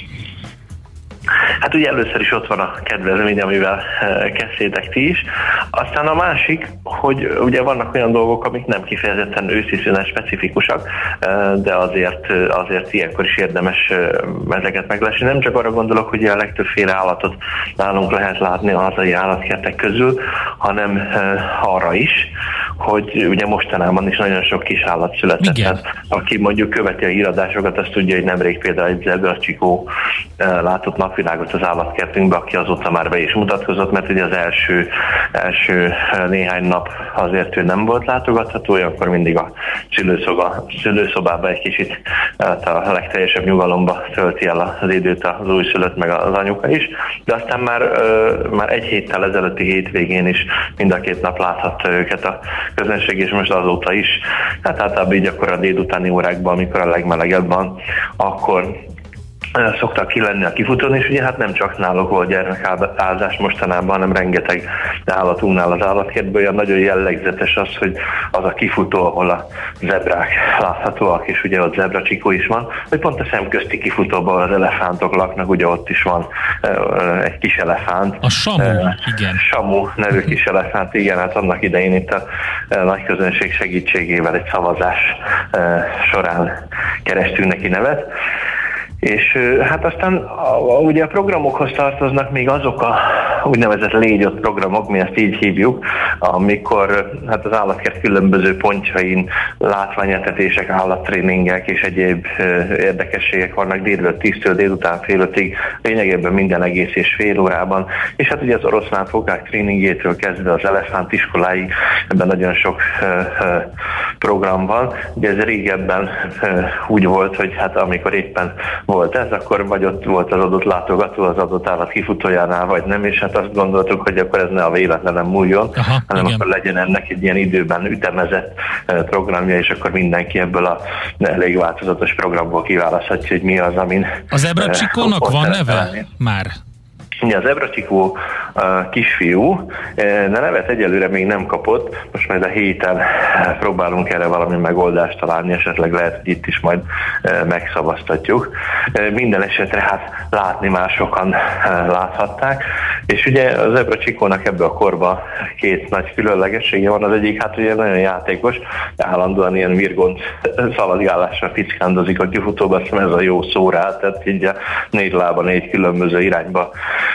Hát ugye először is ott van a kedvezmény, amivel kezdtétek ti is. Aztán a másik, hogy ugye vannak olyan dolgok, amik nem kifejezetten őszi szünet specifikusak, de azért, azért ilyenkor is érdemes ezeket meglesni. Nem csak arra gondolok, hogy a legtöbbféle állatot nálunk lehet látni a hazai állatkertek közül, hanem arra is, hogy ugye mostanában is nagyon sok kis állat született. Tehát, aki mondjuk követi a híradásokat, azt tudja, hogy nemrég például egy zebracsikó látott napvilágot az állatkertünkbe, aki azóta már be is mutatkozott, mert ugye az első, első néhány nap azért ő nem volt látogatható, akkor mindig a szülőszoba, szülőszobában egy kicsit a legteljesebb nyugalomba tölti el az időt az újszülött meg az anyuka is, de aztán már, már egy héttel ezelőtti hétvégén is mind a két nap láthatta őket a közönség, és most azóta is. Hát általában így akkor a délutáni órákban, amikor a legmelegebb van, akkor szoktak ki lenni a kifutón, és ugye hát nem csak náluk volt gyermekázás mostanában, hanem rengeteg állatunknál az állatkertből. Olyan nagyon jellegzetes az, hogy az a kifutó, ahol a zebrák láthatóak, és ugye ott zebracsikó is van, hogy pont a szemközti kifutóban az elefántok laknak, ugye ott is van egy kis elefánt. A Samu, uh, igen. Samu nevű kis elefánt, igen, hát annak idején itt a nagy közönség segítségével egy szavazás uh, során kerestünk neki nevet. És hát aztán a, a, ugye a programokhoz tartoznak még azok a úgynevezett légyott programok, mi ezt így hívjuk, amikor hát az állatkert különböző pontjain látványetetések, állattréningek és egyéb érdekességek vannak délelőtt tíztől délután fél ötig, lényegében minden egész és fél órában, és hát ugye az oroszlánfogák tréningétől kezdve az elefánt iskoláig, ebben nagyon sok uh, uh, program van. Ugye ez régebben uh, úgy volt, hogy hát amikor éppen volt ez, akkor vagy ott volt az adott látogató az adott állat kifutójánál, vagy nem, és hát azt gondoltuk, hogy akkor ez ne a véletlenem múljon, Aha, hanem igen. akkor legyen ennek egy ilyen időben ütemezett programja, és akkor mindenki ebből a elég változatos programból kiválaszthatja, hogy mi az, amin... Az zebracsikónak van neve már? Ja, az zebracsikó uh, kisfiú, de nevet egyelőre még nem kapott, most majd a héten próbálunk erre valami megoldást találni, esetleg lehet, hogy itt is majd uh, megszavaztatjuk. Uh, minden esetre hát látni már sokan uh, láthatták, és ugye a zebracsikónak ebbe a korba két nagy különlegessége van, az egyik hát ugye nagyon játékos, állandóan ilyen virgont szaladgálással fickándozik a kifutóba, azt hiszem ez a jó szó rá, tehát így a négy lába négy különböző irányba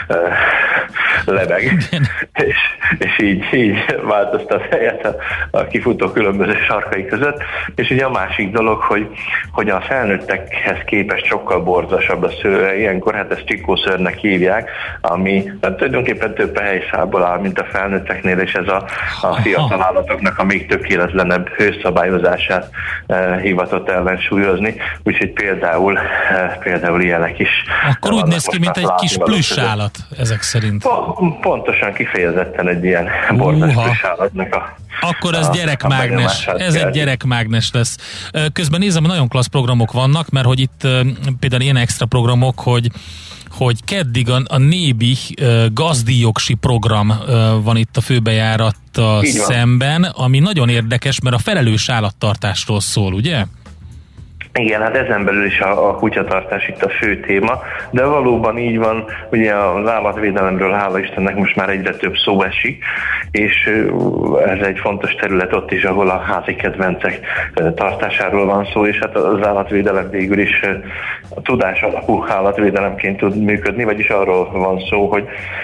lebeg, és, és így, így változtat helyet a, a kifutó különböző sarkai között, és ugye a másik dolog, hogy, hogy a felnőttekhez képest sokkal borzasabb a szőre, ilyenkor hát ezt csikószőrnek hívják, ami hát tulajdonképpen több helyszából áll, mint a felnőtteknél, és ez a, a fiatal állatoknak a még tökéletlenebb hőszabályozását e, hivatott ellensúlyozni, úgyhogy például, e, például ilyenek is. Akkor úgy néz ki, mint egy kis plüss állat, ezek szerint. Pontosan, kifejezetten egy ilyen borzas plüss állatnak a... Akkor ez gyerekmágnes, ez egy gyerekmágnes lesz. Közben nézem, nagyon klassz programok vannak, mert hogy itt például ilyen extra programok, hogy hogy keddig a, a Nébi uh, gazdíjogsi program uh, van itt a főbejárattal szemben, ami nagyon érdekes, mert a felelős állattartásról szól, ugye? Igen, hát ezen belül is a, a kutyatartás itt a fő téma, de valóban így van, ugye az állatvédelemről hála Istennek most már egyre több szó esik, és ez egy fontos terület ott is, ahol a házi kedvencek tartásáról van szó, és hát az állatvédelem végül is a tudás alapú állatvédelemként tud működni, vagyis arról van szó, hogy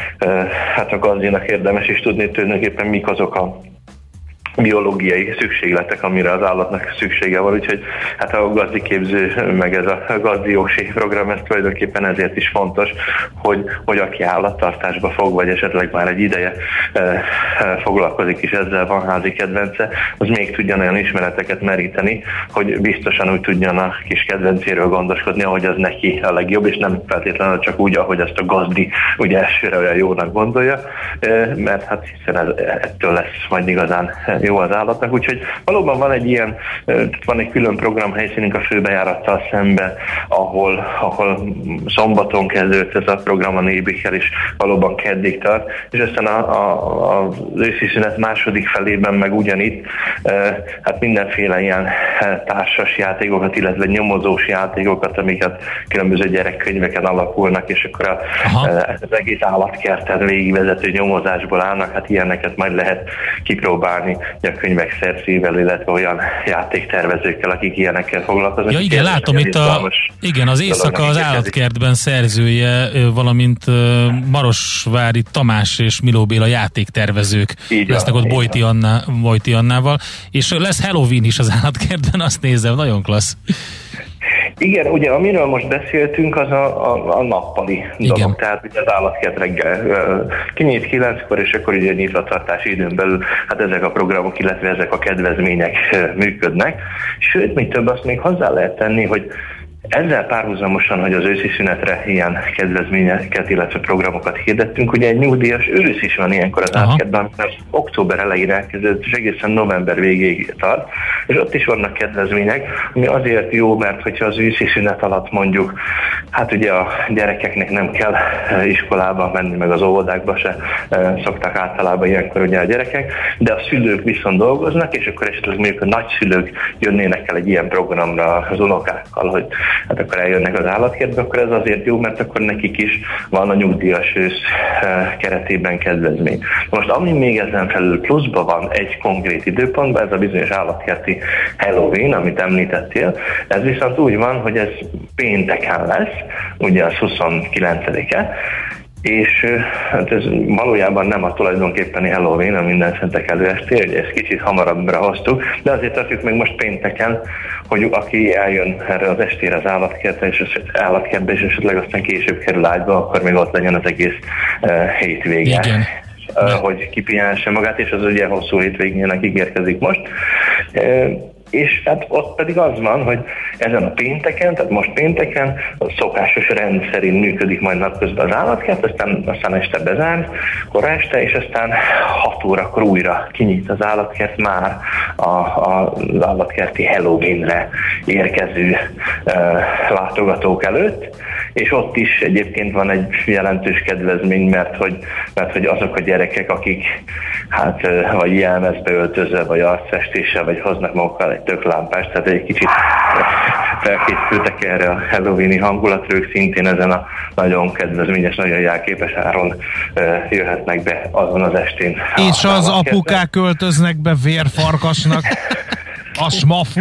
hát a gazdinak érdemes is tudni tulajdonképpen mik azok a biológiai szükségletek, amire az állatnak szüksége van, úgyhogy hát a gazdiképző, meg ez a gazdiósi program, ez tulajdonképpen ezért is fontos, hogy, hogy aki állattartásba fog, vagy esetleg már egy ideje e, e, foglalkozik is ezzel, van házi kedvence, az még tudjon olyan ismereteket meríteni, hogy biztosan úgy tudjon a kis kedvencéről gondoskodni, ahogy az neki a legjobb, és nem feltétlenül csak úgy, ahogy azt a gazdi ugye elsőre olyan jónak gondolja, e, mert hát hiszen ez, ettől lesz majd igazán jó az állatnak, úgyhogy valóban van egy ilyen, van egy külön programhelyszínünk a főbejárattal szembe, ahol, ahol szombaton kezdődött ez a program a Nébikkel, és valóban keddig tart, és aztán a, a, az őszi szünet második felében meg ugyanitt, hát mindenféle ilyen társas játékokat, illetve nyomozós játékokat, amiket különböző gyerekkönyveken alakulnak, és akkor a, az egész állatkerten végigvezető nyomozásból állnak, hát ilyeneket majd lehet kipróbálni a könyvek szerzőivel, illetve olyan játéktervezőkkel, akik ilyenekkel foglalkoznak. Ja igen, látom itt a, igen, az Éjszaka az állatkertben szerzője, valamint Marosvári Tamás és Miló Béla játéktervezők így lesznek van, ott Bojti, Anna, Bojti Annával, és lesz Halloween is az állatkertben, azt nézem, nagyon klassz. Igen, ugye amiről most beszéltünk, az a, a, a nappali dolog, igen. Tehát ugye az állatkert reggel kinyit kilenckor, és akkor ugye nyitvatartási időn belül hát ezek a programok, illetve ezek a kedvezmények működnek. Sőt, még több, azt még hozzá lehet tenni, hogy ezzel párhuzamosan, hogy az őszi szünetre ilyen kedvezményeket, illetve programokat hirdettünk, ugye egy nyugdíjas ősz is van ilyenkor az állatkertben, mert október elején elkezdődött, és egészen november végéig tart, és ott is vannak kedvezmények, ami azért jó, mert hogyha az őszi szünet alatt mondjuk, hát ugye a gyerekeknek nem kell iskolába menni, meg az óvodákba se szoktak általában ilyenkor ugye a gyerekek, de a szülők viszont dolgoznak, és akkor esetleg mondjuk a nagyszülők jönnének el egy ilyen programra az unokákkal, hogy hát akkor eljönnek az állatkertbe, akkor ez azért jó, mert akkor nekik is van a nyugdíjas ősz keretében kedvezmény. Most ami még ezen felül pluszban van egy konkrét időpontban, ez a bizonyos állatkerti Halloween, amit említettél, ez viszont úgy van, hogy ez pénteken lesz, ugye az huszonkilencedike, és hát ez valójában nem a tulajdonképpeni Halloween, a minden szentek előesté, hogy ezt kicsit hamarabbra hoztuk, de azért tartjuk meg most pénteken, hogy aki eljön erre az estére az állatkertbe, és az állatkertbe, és esetleg aztán később kerül ágyba, akkor még ott legyen az egész uh, hétvége. Igen. Uh, hogy kipihenesse magát, és az ugye hosszú hétvégének ígérkezik most. Uh, és hát ott pedig az van, hogy ezen a pénteken, tehát most pénteken a szokásos rend szerint működik majd napközben az állatkert, aztán, aztán este bezár, kora este, és aztán hat órakor újra kinyit az állatkert már a, a, az állatkerti Halloweenre érkező uh, látogatók előtt, és ott is egyébként van egy jelentős kedvezmény, mert hogy, mert hogy azok a gyerekek, akik hát vagy jelmezbe öltözve, vagy arcfestéssel, vagy hoznak magukkal egy tök lámpást, tehát egy kicsit felkészültek erre a halloweeni hangulatra, ők szintén ezen a nagyon kedvezményes, nagyon jelképes áron jöhetnek be azon az estén. És az apukák öltöznek be vérfarkasnak, a smafu.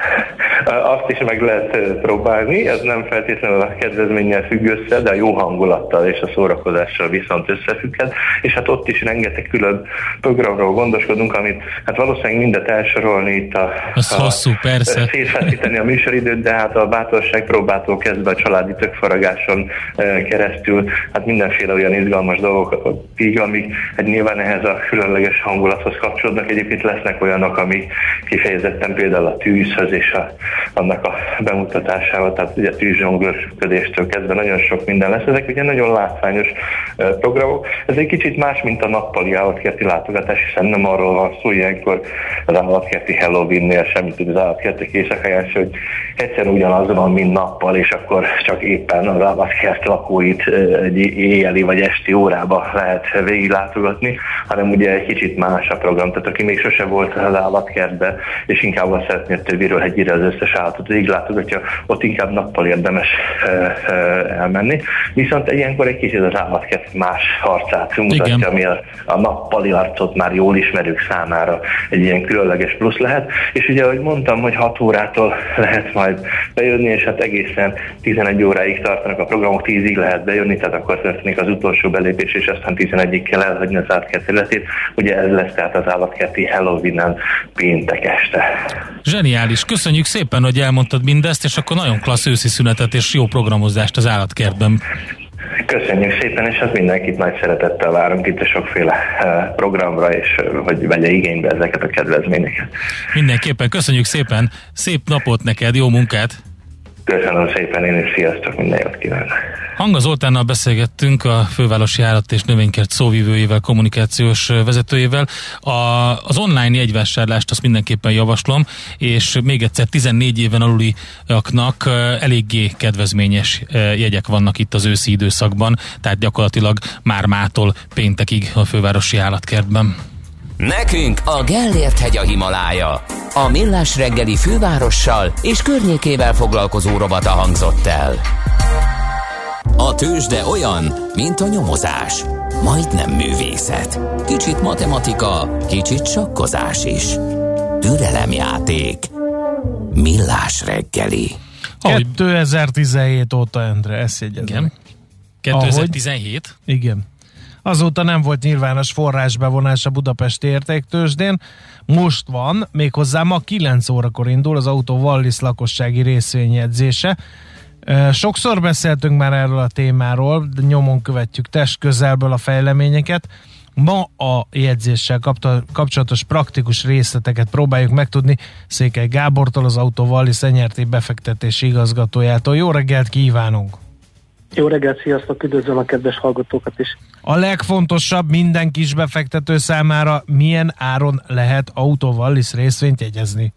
Azt is meg lehet próbálni, ez nem feltétlenül a kedvezménnyel függ össze, de a jó hangulattal és a szórakozással viszont összefügghet, és hát ott is rengeteg külön programról gondoskodunk, amit hát valószínűleg mindet elsorolni itt a, az a hosszú, persze. szétfeszíteni a műsoridőt, de hát a bátorság próbától kezdve a családi tökfaragáson keresztül, hát mindenféle olyan izgalmas dolgok, így, amik hát nyilván ehhez a különleges hangulathoz kapcsolódnak. Egyébként lesznek olyanok, amik kifejezetten például a tűzhöz és a annak a bemutatásával, tehát ugye tűzsonglősködéstől kezdve nagyon sok minden lesz. Ezek ugye nagyon látványos uh, programok. Ez egy kicsit más, mint a nappali állatkerti látogatás, hiszen nem arról van szó ilyenkor az állatkerti Halloween-nél semmit, hogy az állatkertek éjszakáján, hogy egyszerűen ugyanaz van, mint nappal, és akkor csak éppen az állatkert lakóit uh, egy éjjeli vagy esti órába lehet végiglátogatni, hanem ugye egy kicsit más a program. Tehát aki még sose volt az állatkertbe, és inkább azt szeretné a többiről hegyire az összes állatot végiglátogatja, ott inkább nappal érdemes elmenni. Viszont ilyenkor egy kicsit az állatkert más arcát mutatja, igen, ami a, a nappali arcot már jól ismerők számára egy ilyen különleges plusz lehet. És ugye, ahogy mondtam, hogy hat órától lehet majd bejönni, és hát egészen tizenegy óráig tartanak a programok, tízig lehet bejönni, tehát akkor történik az utolsó belépés, és aztán tizenegyig kell elhagyni az állatkert területét. Ugye ez lesz tehát az állatkerti Halloween-en péntek este. Zseniális, köszönjük szépen, hogy elmondtad mindezt, és akkor nagyon klassz őszi szünetet és jó programozást az állatkertben. Köszönjük szépen, és hát mindenkit nagy szeretettel várunk itt a sokféle programra, és hogy vegye igénybe ezeket a kedvezményeket. Mindenképpen köszönjük szépen, szép napot neked, jó munkát! Köszönöm szépen, én is sziasztok, minden jót kívánok! Hanga Zoltánnal beszélgettünk, a Fővárosi Állat- és Növénykert szóvivőjével, kommunikációs vezetőjével. A, az online jegyvásárlást azt mindenképpen javaslom, és még egyszer tizennégy éven aluliaknak eléggé kedvezményes jegyek vannak itt az őszi időszakban, tehát gyakorlatilag már mától péntekig a Fővárosi Állatkertben. Nekünk a Gellért hegy a Himalája. A Millás reggeli fővárossal és környékével foglalkozó rovata hangzott el. A tőzsde olyan, mint a nyomozás. Majdnem művészet. Kicsit matematika, kicsit sakkozás is. Türelemjáték. Millás reggeli. kétezer-tizenhét óta, Endre, ezt jegyezem. Igen. kétezer-tizenhét? Ahogy, igen. Azóta nem volt nyilvános forrásbevonás a budapesti értéktőzsdén. Most van, méghozzá ma kilenc órakor indul az Autó Wallis lakossági részvényjegyzése. Sokszor beszéltünk már erről a témáról, de nyomon követjük test közelből a fejleményeket. Ma a jegyzéssel kapcsolatos praktikus részleteket próbáljuk megtudni Székely Gábortól, az Autó Wallis en er té befektetési igazgatójától. Jó reggelt kívánunk! Jó reggelt, sziasztok, üdvözlöm a kedves hallgatókat is! A legfontosabb minden kis befektető számára, milyen áron lehet Autó Wallis részvényt jegyezni?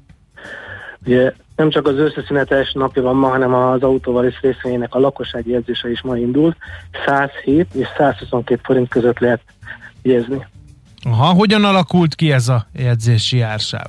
Ugye nem csak az összeszünetes napja van ma, hanem az Autó Wallis részvényének a lakossági jegyzése is ma indul. száz hét és százhuszonkét forint között lehet jegyezni. Aha, hogyan alakult ki ez a jegyzési ársáv?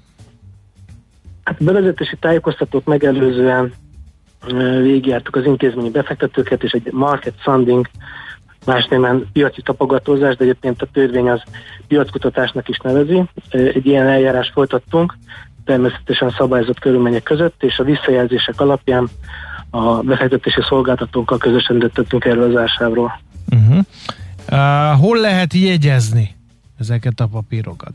Hát bevezetési tájékoztatót megelőzően végigjártuk az intézményi befektetőket, és egy market sounding, más néven piaci tapogatózás, de egyébként a törvény az piackutatásnak is nevezi. Egy ilyen eljárást folytattunk, természetesen szabályozott körülmények között, és a visszajelzések alapján a befektetési szolgáltatókkal közösen döntöttünk erről az ársávról. Uh-huh. Uh, hol lehet jegyezni ezeket a papírokat?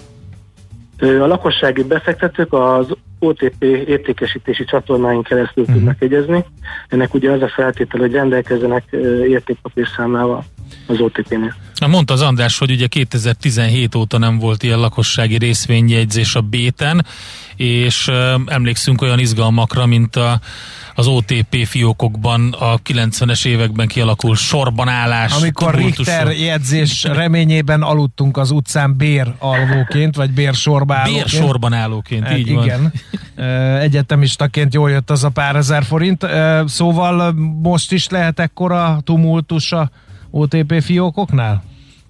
A lakossági befektetők az o té pé értékesítési csatornáin keresztül uh-huh. tudnak jegyezni. Ennek ugye az a feltétel, hogy rendelkezzenek értékpapírszámlával az o té pénél. Na, mondta az András, hogy ugye kétezer-tizenhét óta nem volt ilyen lakossági részvényjegyzés a Béten, és uh, emlékszünk olyan izgalmakra, mint a, az o té pé fiókokban a kilencvenes években kialakult sorban állás. Amikor Richter jegyzés reményében aludtunk az utcán béralvóként, vagy bérsorba állóként. Bérsorban állóként, hát, így igen. van. Egyetemistaként jól jött az a pár ezer forint. Szóval most is lehet ekkora tumultus a o té pé fiókoknál?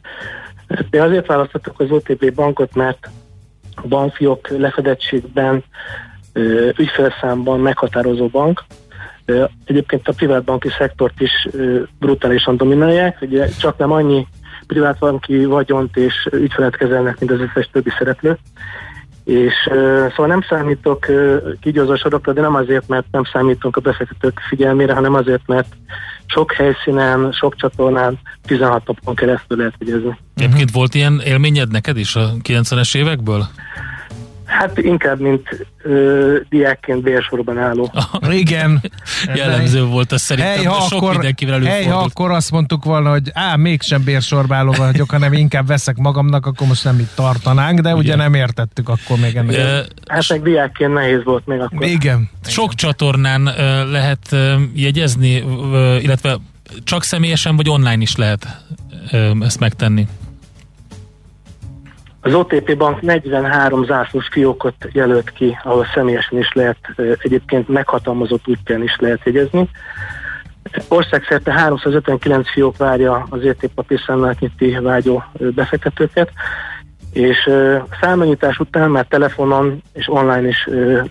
De azért választottuk az o té pé bankot, mert a bankfiók lefedettségben, ügyfélszámban meghatározó bank. Egyébként a privátbanki szektort is brutálisan dominálják, ugye csak nem annyi privátbanki vagyont és ügyfelet kezelnek, mint az összes többi szereplő. És szóval nem számítok kígyózó sorokra, de nem azért, mert nem számítunk a befektetők figyelmére, hanem azért, mert sok helyszínen, sok csatornán tizenhat napon keresztül lehet jegyezni. Egyébként volt ilyen élményed neked is a kilencvenes évekből? Hát inkább, mint ö, diákként bérsorban álló. Igen. Jellemző volt az szerintem, hey, de sok akkor, mindenkivel előfordult. Hey, ha akkor azt mondtuk volna, hogy á, mégsem bérsorba álló vagyok, hanem inkább veszek magamnak, akkor most nem itt tartanánk, de ugye, ugye nem értettük akkor még ennek. Uh, hát meg diákként nehéz volt még akkor. Igen. Sok Igen. csatornán uh, lehet uh, jegyezni, uh, illetve csak személyesen vagy online is lehet uh, ezt megtenni? Az o té pé Bank negyvenhárom zászlós fiókot jelölt ki, ahol személyesen is lehet, egyébként meghatalmazott útján is lehet jegyezni. Országszerte háromszázötvenkilenc fiók várja az értékpapírszámlát nyitni vágyó befektetőket, és számlanyítás után már telefonon és online is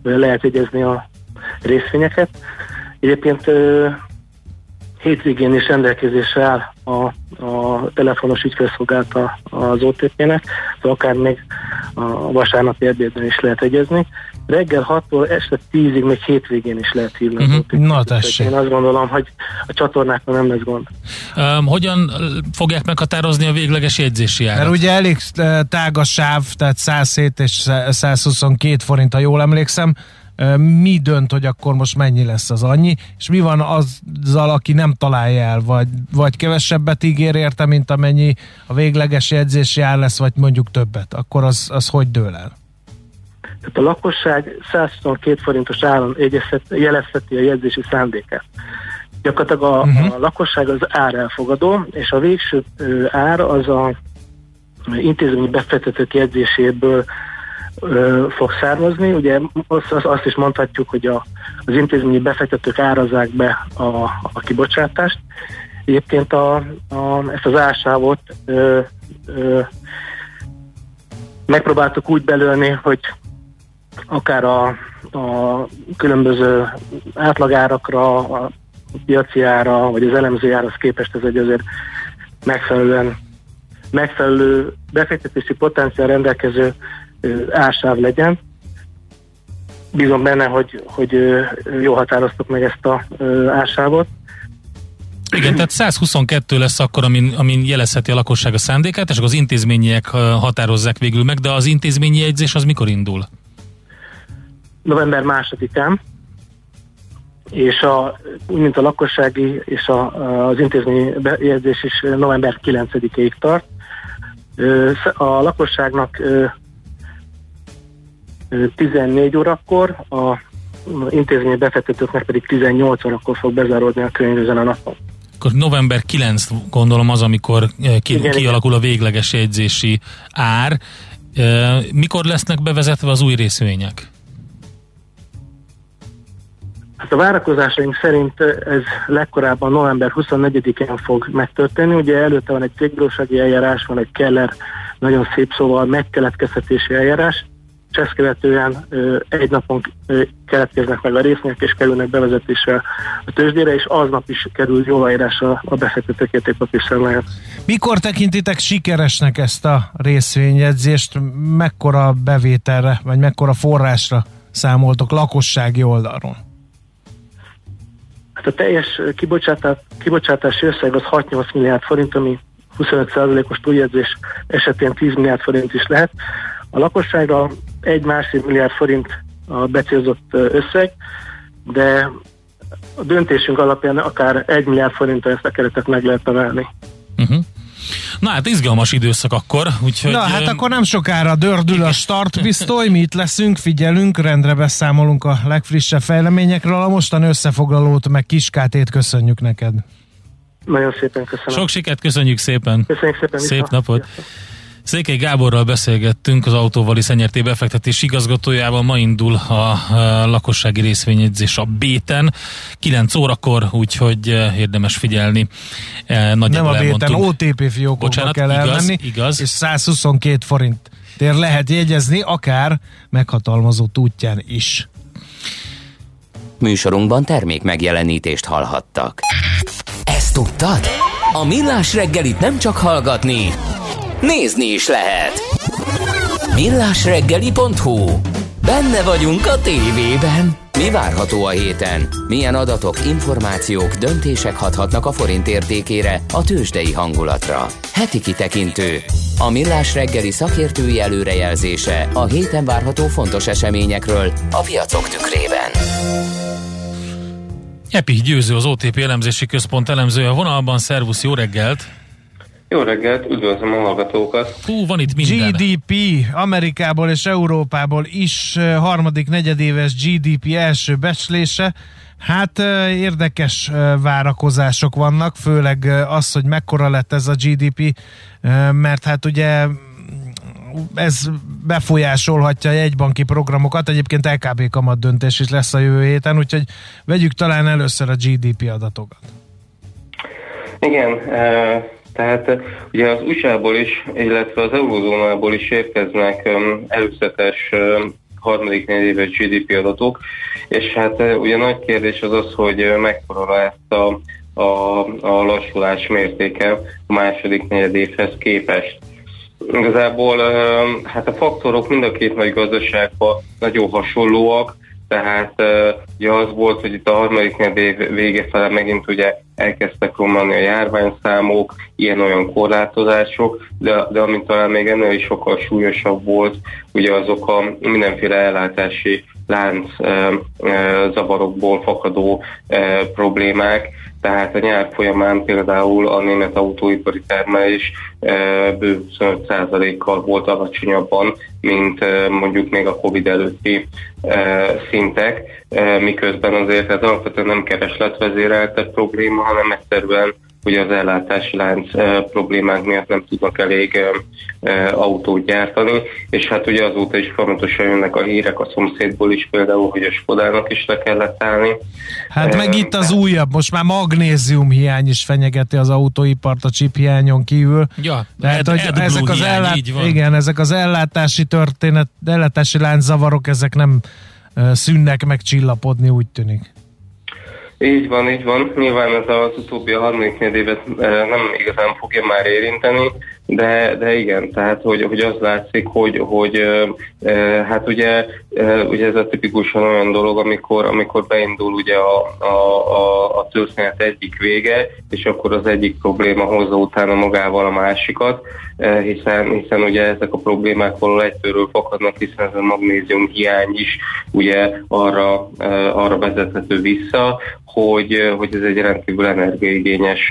lehet jegyezni a részvényeket. Egyébként ö, hétvégén is rendelkezésre áll a, a telefonos ügyfélszolgálata az o té pé-nek, de akár még a vasárnapi ebédben is lehet jegyezni. Reggel hattól este tízig, még hétvégén is lehet hívni uh-huh. az o té pé-t. Na tessék. Én azt gondolom, hogy a csatornákon nem lesz gond. Um, hogyan fogják meghatározni a végleges jegyzési árat? Mert ugye elég tág a sáv, tehát száz hét és száz huszonkét forint, ha jól emlékszem. Mi dönt, hogy akkor most mennyi lesz az annyi, és mi van azzal, aki nem találja el, vagy, vagy kevesebbet ígér érte, mint amennyi a végleges jegyzési ár lesz, vagy mondjuk többet, akkor az, az hogy dől el? Tehát a lakosság száz huszonkét forintos áron jelezheti a jegyzési szándékát. Gyakorlatilag a, uh-huh. a lakosság az ár elfogadó, és a végső ár az a intézményi befektetők jegyzéséből ö, fog származni. Ugye azt, azt is mondhatjuk, hogy a, az intézményi befektetők árazzák be a, a kibocsátást. Egyébként a, a, ezt az ársávot ö, ö, megpróbáltuk úgy belőlni, hogy akár a, a különböző átlagárakra, a piaci ára, vagy az elemző árhoz képest ez egy azért megfelelően megfelelő befektetési potenciál rendelkező ársáv legyen. Bízom benne, hogy, hogy jól határoztuk meg ezt a ársávot. Igen, tehát száz huszonkettő lesz akkor, amin, amin jelezheti a lakosság a szándékát, és akkor az intézményiek határozzák végül meg, de az intézményi jegyzés az mikor indul? november másodikán, és a, úgy, mint a lakossági és a, az intézményi bejegyzés is november kilencedikéig tart. A lakosságnak tizennégy órakor, a intézményi befektetőknek pedig tizennyolc órakor fog bezáródni a könyv ezen a napon. Akkor november kilencedike gondolom az, amikor ki, igen, kialakul igen. a végleges jegyzési ár. Mikor lesznek bevezetve az új részvények? Hát a várakozásaink szerint ez legkorábban november huszonnegyedikén fog megtörténni. Ugye előtte van egy cégbírósági eljárás, van egy Keller, nagyon szép szóval megkeletkeztetési eljárás, és ezt követően ö, egy napon ö, keletkeznek meg a részvények, és kerülnek bevezetésre a tőzsdére, és aznap is kerül jóváírásra a befektetők értékpapírszámláját. Mikor tekintitek sikeresnek ezt a részvényjegyzést? Mekkora bevételre, vagy mekkora forrásra számoltok lakossági oldalról? Hát a teljes kibocsátási összeg az hat-nyolc milliárd forint, ami huszonöt százalékos túljegyzés esetén tíz milliárd forint is lehet. A lakosságra egy-másfél milliárd forint a becélzott összeg, de a döntésünk alapján akár egy milliárd forintra ezt a keretet meg lehet emelni. Uh-huh. Na hát izgalmas időszak akkor, úgyhogy... Na hát akkor nem sokára dördül a startpisztoly, mi itt leszünk, figyelünk, rendre beszámolunk a legfrissebb fejleményekről, a mostani összefoglalót meg Kiskátét köszönjük neked. Nagyon szépen köszönöm. Sok sikert, köszönjük szépen. Köszönjük szépen. Szép vissza. napot. Vissza. Székely Gáborral beszélgettünk, az Autóval is Enyerté befektetés igazgatójával. Ma indul a, a lakossági részvényjegyzés a Béten kilenc órakor, úgyhogy érdemes figyelni. Nagyjából Nem a Béten, elmondtunk. o té pé fiókokba Bocsánat, kell igaz, elmenni, igaz. és száz huszonkét forintért lehet jegyezni, akár meghatalmazott útján is. Műsorunkban termék megjelenítést hallhattak. Ezt tudtad? A Millás reggelit nem csak hallgatni, nézni is lehet. millásreggeli pont hu. Benne vagyunk a tévében. Mi várható a héten? Milyen adatok, információk, döntések hathatnak a forint értékére, a tőzsdei hangulatra? Heti kitekintő. A Millás reggeli szakértői előrejelzése a héten várható fontos eseményekről a piacok tükrében. Epih Győző, az o té pé elemzési központ elemzője a vonalban. Szervusz, jó reggelt! Jó reggelt, üdvözlöm a hallgatókat! Hú, van itt minden. gé dé pé Amerikából és Európából is harmadik negyedéves gé dé pé első becslése. Hát érdekes várakozások vannak, főleg az, hogy mekkora lett ez a gé dé pé, mert hát ugye ez befolyásolhatja a jegybanki programokat, egyébként el ká bé kamat döntés is lesz a jövő héten, úgyhogy vegyük talán először a gé dé pé adatokat. Igen, tehát ugye az u es á-ból is, illetve az eurózónából is érkeznek előzetes harmadik negyedéves gé dé pé adatok, és hát ugye nagy kérdés az az, hogy mekkora ezt a, a, a lassulás mértéke a második negyedévhez képest. Igazából hát a faktorok mind a két nagy gazdaságban nagyon hasonlóak, tehát ugye az volt, hogy itt a harmadik negyedév vége fele megint ugye elkezdtek romlani a járványszámok, ilyen-olyan korlátozások, de, de amint talán még ennél is sokkal súlyosabb volt, ugye azok a mindenféle ellátási lánc e, e, zavarokból fakadó e, problémák, tehát a nyár folyamán például a német autóipari termelés e, bő huszonöt százalékkal volt alacsonyabban, mint e, mondjuk még a Covid előtti e, szintek, e, miközben azért ez alapvetően nem keresletvezérelte probléma, hanem egyszerűen ugye az ellátási lánc e, problémák miatt nem tudnak elég e, e, autót gyártani, és hát ugye azóta is folyamatosan jönnek a hírek a szomszédból is például, hogy a Skodának is le kellett állni. Hát e, meg itt az újabb, most már magnézium hiány is fenyegeti az autóipart a chip hiányon kívül. Ja, tehát, hogy ezek az, hiány, ellát, igen, ezek az ellátási történet, ellátási lánczavarok, ezek nem uh, szűnnek meg csillapodni, úgy tűnik. Így van, így van. Nyilván ez az utóbbi a harmadik negyedévet nem igazán fogja már érinteni, de, de igen, tehát hogy, hogy az látszik, hogy, hogy e, hát ugye, e, ugye ez a tipikusan olyan dolog, amikor, amikor beindul ugye a, a, a, a történet egyik vége, és akkor az egyik probléma hozza utána magával a másikat, e, hiszen, hiszen ugye ezek a problémák valahol egytőről fakadnak, hiszen ez a magnézium hiány is ugye arra, e, arra vezethető vissza, hogy, hogy ez egy rendkívül energiaigényes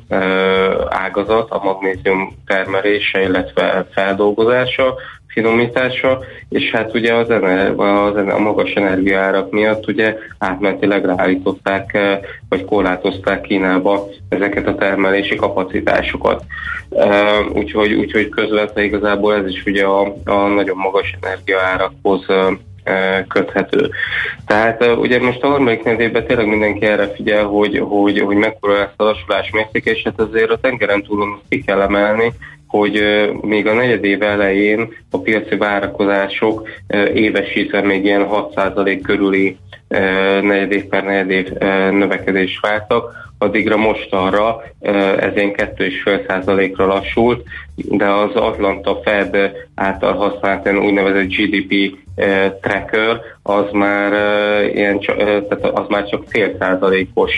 ágazat, a magnézium termelése, illetve feldolgozása, finomítása, és hát ugye az ener- az ener- a magas energiaárak miatt ugye átmenetileg ráállították, vagy korlátozták Kínába ezeket a termelési kapacitásokat. Úgyhogy, úgyhogy közvetlen igazából ez is ugye a, a nagyon magas energiaárakhoz köthető. Tehát ugye most a harmadik negyedében tényleg mindenki erre figyel, hogy, hogy, hogy mekkora lesz a lassulás mértéke, és hát azért a tengeren túlon ki kell emelni, hogy még a negyedév elején a piaci várakozások évesítve még ilyen hat százalék körüli negyedév per negyedév növekedést vártak, addigra most arra ez ilyen kettő egész öt százalékra lassult, de az Atlanta Fed által használt úgynevezett gé dé pé tracker, az már ilyen, tehát az már csak fél százalékos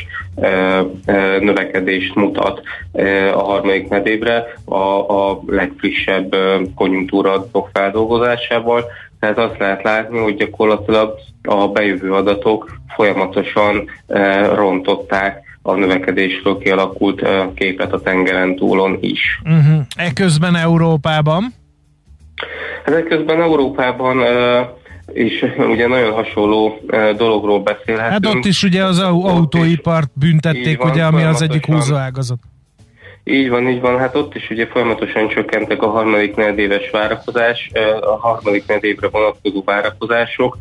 növekedést mutat a harmadik negyedévre a, a legfrissebb konjunktúraadatok feldolgozásával. Tehát azt lehet látni, hogy gyakorlatilag a bejövő adatok folyamatosan rontották a növekedésről kialakult képet a tengeren túlon is. Uh-huh. Eközben Európában? Hát eközben Európában és ugye nagyon hasonló dologról beszélhetünk. Hát ott is ugye az autóipart büntették, van, ugye, ami az egyik húzóágazat. Így van, így van. Hát ott is ugye folyamatosan csökkentek a harmadik negyedéves várakozás, a harmadik negyedévre vonatkozó várakozások,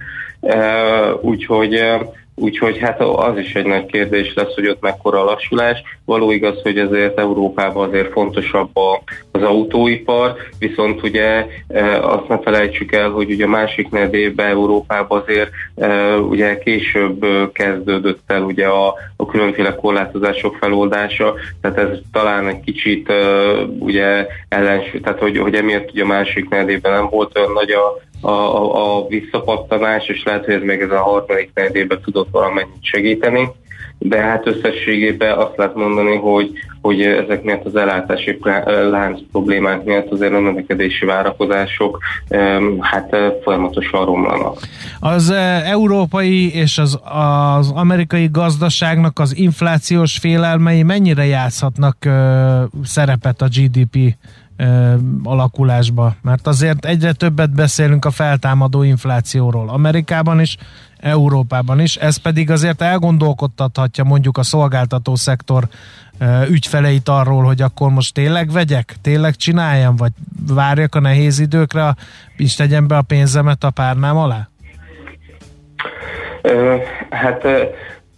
úgyhogy Úgyhogy hát az is egy nagy kérdés lesz, hogy ott mekkora a lassulás. Való igaz, hogy ezért Európában azért fontosabb az autóipar, viszont ugye azt ne felejtsük el, hogy ugye a másik negyedévben Európában azért ugye később kezdődött el ugye a, a különféle korlátozások feloldása, tehát ez talán egy kicsit ugye ellenső, tehát hogy, hogy emiatt ugye a másik negyedévben nem volt olyan nagy a A, a, a visszapattanás, és lehet, hogy ez még ez a harmadik negyedében tudott valamennyit segíteni, de hát összességében azt lehet mondani, hogy, hogy ezek miatt az ellátási lánc problémák miatt azért a növekedési várakozások hát folyamatosan romlanak. Az európai és az, az amerikai gazdaságnak az inflációs félelmei mennyire játszhatnak uh, szerepet a gé dé pé alakulásba, mert azért egyre többet beszélünk a feltámadó inflációról Amerikában is, Európában is, ez pedig azért elgondolkodtathatja mondjuk a szolgáltató szektor ügyfeleit arról, hogy akkor most tényleg vegyek, tényleg csináljam, vagy várjak a nehéz időkre, és tegyem be a pénzemet a párnám alá? Hát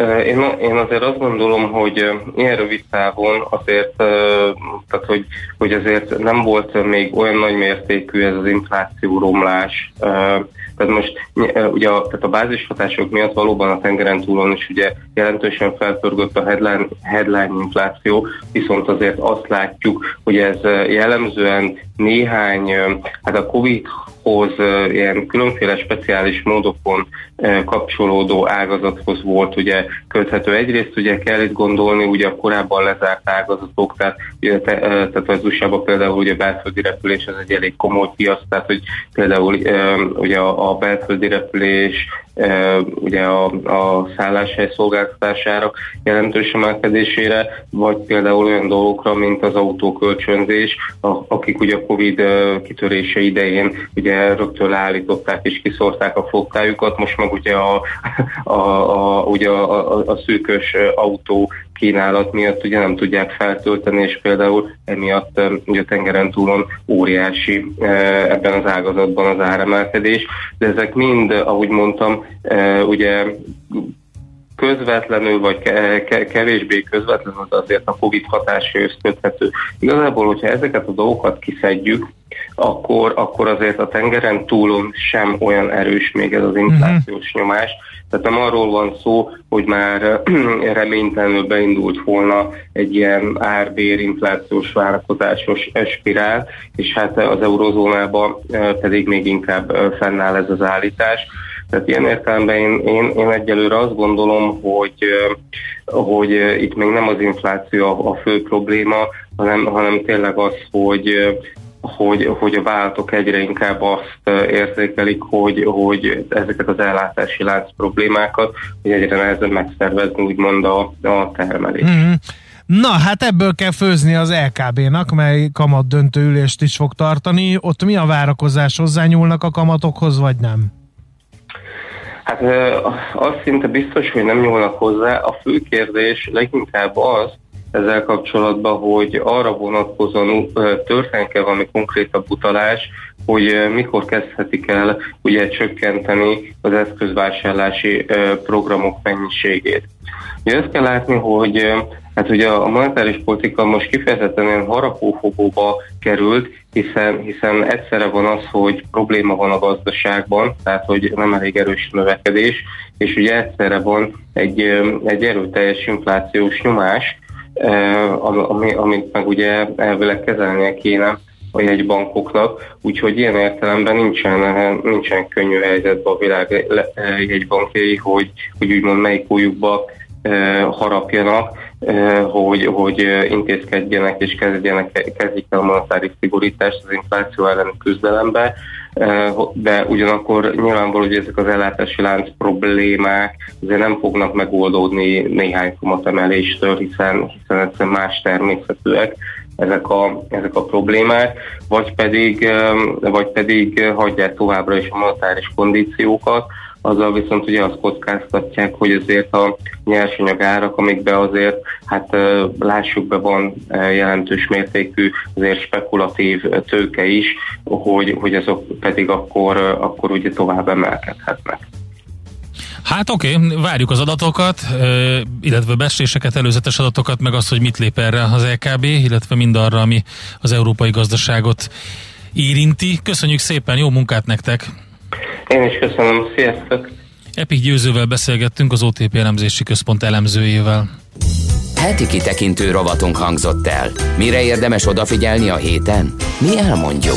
Én, én azért azt gondolom, hogy ilyen rövid távon azért, tehát hogy, hogy azért nem volt még olyan nagy mértékű ez az infláció romlás. Tehát most ugye a, tehát a bázishatások miatt valóban a tengeren túlon is ugye jelentősen felpörgött a headline, headline infláció, viszont azért azt látjuk, hogy ez jellemzően néhány, hát a Covid-hoz ilyen különféle speciális módokon kapcsolódó ágazathoz volt ugye köthető. Egyrészt ugye kell itt gondolni ugye a korábban lezárt ágazatok, tehát, ugye, te, tehát az u es á-ban például ugye a belföldi repülés az egy elég komoly piac, tehát hogy például ugye a, a belföldi repülés, ugye a, a szálláshely szolgáltatására jelentős emelkedésére, vagy például olyan dolgokra, mint az autókölcsönzés, akik ugye a Covid kitörése idején ugye rögtön leállították és kiszórták a flottájukat, most meg ugye a, a, a, ugye a, a, a szűkös autó kínálat miatt ugye nem tudják feltölteni, és például emiatt ugye a tengeren túlon óriási ebben az ágazatban az áremelkedés, de ezek mind, ahogy mondtam, ugye közvetlenül, vagy kevésbé közvetlenül, azért a Covid hatáshoz köthető. Igazából, hogyha ezeket a dolgokat kiszedjük, akkor, akkor azért a tengeren túlon sem olyan erős még ez az inflációs nyomás. Tehát nem arról van szó, hogy már reménytelenül beindult volna egy ilyen ár-bér-inflációs várakozásos spirál, és hát az eurozónában pedig még inkább fennáll ez az állítás. Tehát ilyen értelemben én, én, én egyelőre azt gondolom, hogy, hogy itt még nem az infláció a, a fő probléma, hanem, hanem tényleg az, hogy, hogy, hogy a vállalatok egyre inkább azt érzékelik, hogy, hogy ezeket az ellátási lánc problémákat, hogy egyre nehezebb megszervezni úgymond a, a termelést. Mm-hmm. Na, hát ebből kell főzni az el ká bé-nak, mely kamat döntő ülést is fog tartani. Ott mi a várakozás, hozzányúlnak a kamatokhoz, vagy nem? Hát az szinte biztos, hogy nem nyúlnak hozzá. A fő kérdés leginkább az ezzel kapcsolatban, hogy arra vonatkozóan történik-e valami konkrétabb utalás, hogy mikor kezdhetik el ugye csökkenteni az eszközvásárlási programok mennyiségét. Ugye ezt kell látni, hogy hát ugye a monetáris politika most kifejezetten olyan harapófogóba került, hiszen, hiszen egyszerre van az, hogy probléma van a gazdaságban, tehát hogy nem elég erős növekedés, és ugye egyszerre van egy, egy erőteljes inflációs nyomás, ami, amit meg ugye elvileg kezelnie kéne a jegybankoknak, úgyhogy ilyen értelemben nincsen, nincsen könnyű helyzetben a világ jegybankjai, hogy, hogy úgymond melyik ujjukba harapjanak, hogy, hogy intézkedjenek és kezdjenek, kezdjék el a monetáris szigorítást az infláció elleni küzdelembe, de ugyanakkor nyilvánvaló, hogy ezek az ellátási lánc problémák azért nem fognak megoldódni néhány kamatemeléstől, hiszen, hiszen egyszerűen más természetűek ezek a, ezek a problémák, vagy pedig, vagy pedig hagyják továbbra is a monetáris kondíciókat, azzal viszont ugye azt kockáztatják, hogy azért a nyersanyag árak, amikben azért, hát lássuk be, van jelentős mértékű azért spekulatív tőke is, hogy, hogy azok pedig akkor, akkor ugye tovább emelkedhetnek. Hát oké, okay, várjuk az adatokat, illetve becsléseket, előzetes adatokat, meg azt, hogy mit lép erre az el ká bé, illetve mindarra, ami az európai gazdaságot érinti. Köszönjük szépen, jó munkát nektek! Én is köszönöm, sziasztok! Epik Győzővel beszélgettünk, az o té pé elemzési központ elemzőjével. Heti kitekintő rovatunk hangzott el. Mire érdemes odafigyelni a héten? Mi elmondjuk.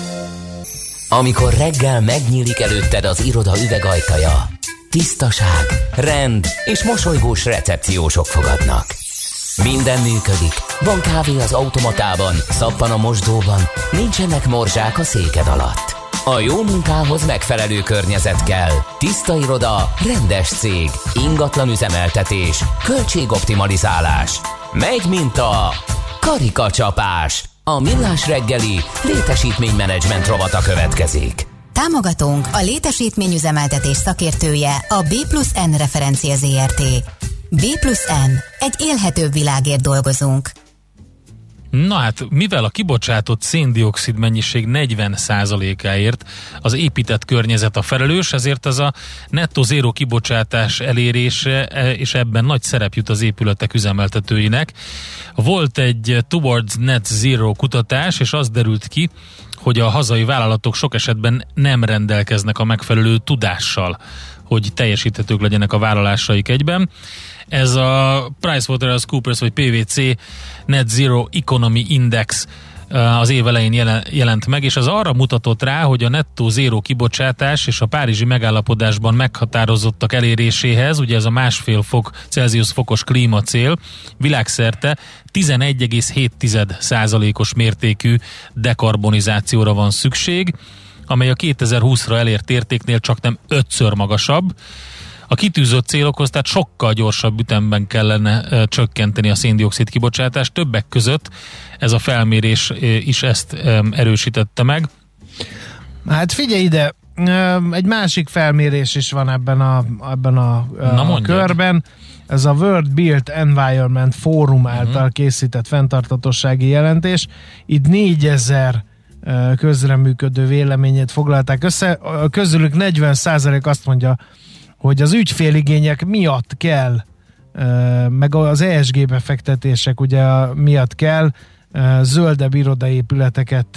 Amikor reggel megnyílik előtted az iroda üvegajtaja, tisztaság, rend és mosolygós recepciósok fogadnak. Minden működik. Van kávé az automatában, szappan a mosdóban, nincsenek morzsák a széked alatt. A jó munkához megfelelő környezet kell. Tiszta iroda, rendes cég, ingatlan üzemeltetés, költségoptimalizálás. Megy, mint a karikacsapás. A Millás reggeli létesítménymenedzsment rovata következik. Támogatónk a létesítményüzemeltetés szakértője, a B plusz N Referencia zé er té. B plusz N. Egy élhetőbb világért dolgozunk. Na hát, mivel a kibocsátott széndioxid mennyiség negyven százalékáért az épített környezet a felelős, ezért ez a nettó zéró kibocsátás elérése, és ebben nagy szerep jut az épületek üzemeltetőinek. Volt egy Towards Net Zero kutatás, és az derült ki, hogy a hazai vállalatok sok esetben nem rendelkeznek a megfelelő tudással, hogy teljesíthetők legyenek a vállalásaik egyben. Ez a PricewaterhouseCoopers vagy pé vé cé Net Zero Economy Index az év elején jelent meg, és az arra mutatott rá, hogy a nettó zéró kibocsátás és a párizsi megállapodásban meghatározottak eléréséhez, ugye ez a másfél fok Celsius fokos klímacél, világszerte tizenegy egész hét százalékos mértékű dekarbonizációra van szükség, amely a kétezer-húszra elért értéknél csak nem ötször magasabb. A kitűzött célokhoz tehát sokkal gyorsabb ütemben kellene e, csökkenteni a széndioxid kibocsátást. Többek között ez a felmérés e, is ezt e, erősítette meg. Hát figyelj ide, egy másik felmérés is van ebben a, ebben a, a körben. Ez a World Built Environment Forum által uh-huh. készített fenntarthatósági jelentés. Itt négyezer közreműködő véleményét foglalták össze. Közülük negyven százalék azt mondja, hogy az ügyféligények miatt kell, meg az é es gé befektetések ugye miatt kell zöldebb irodaépületeket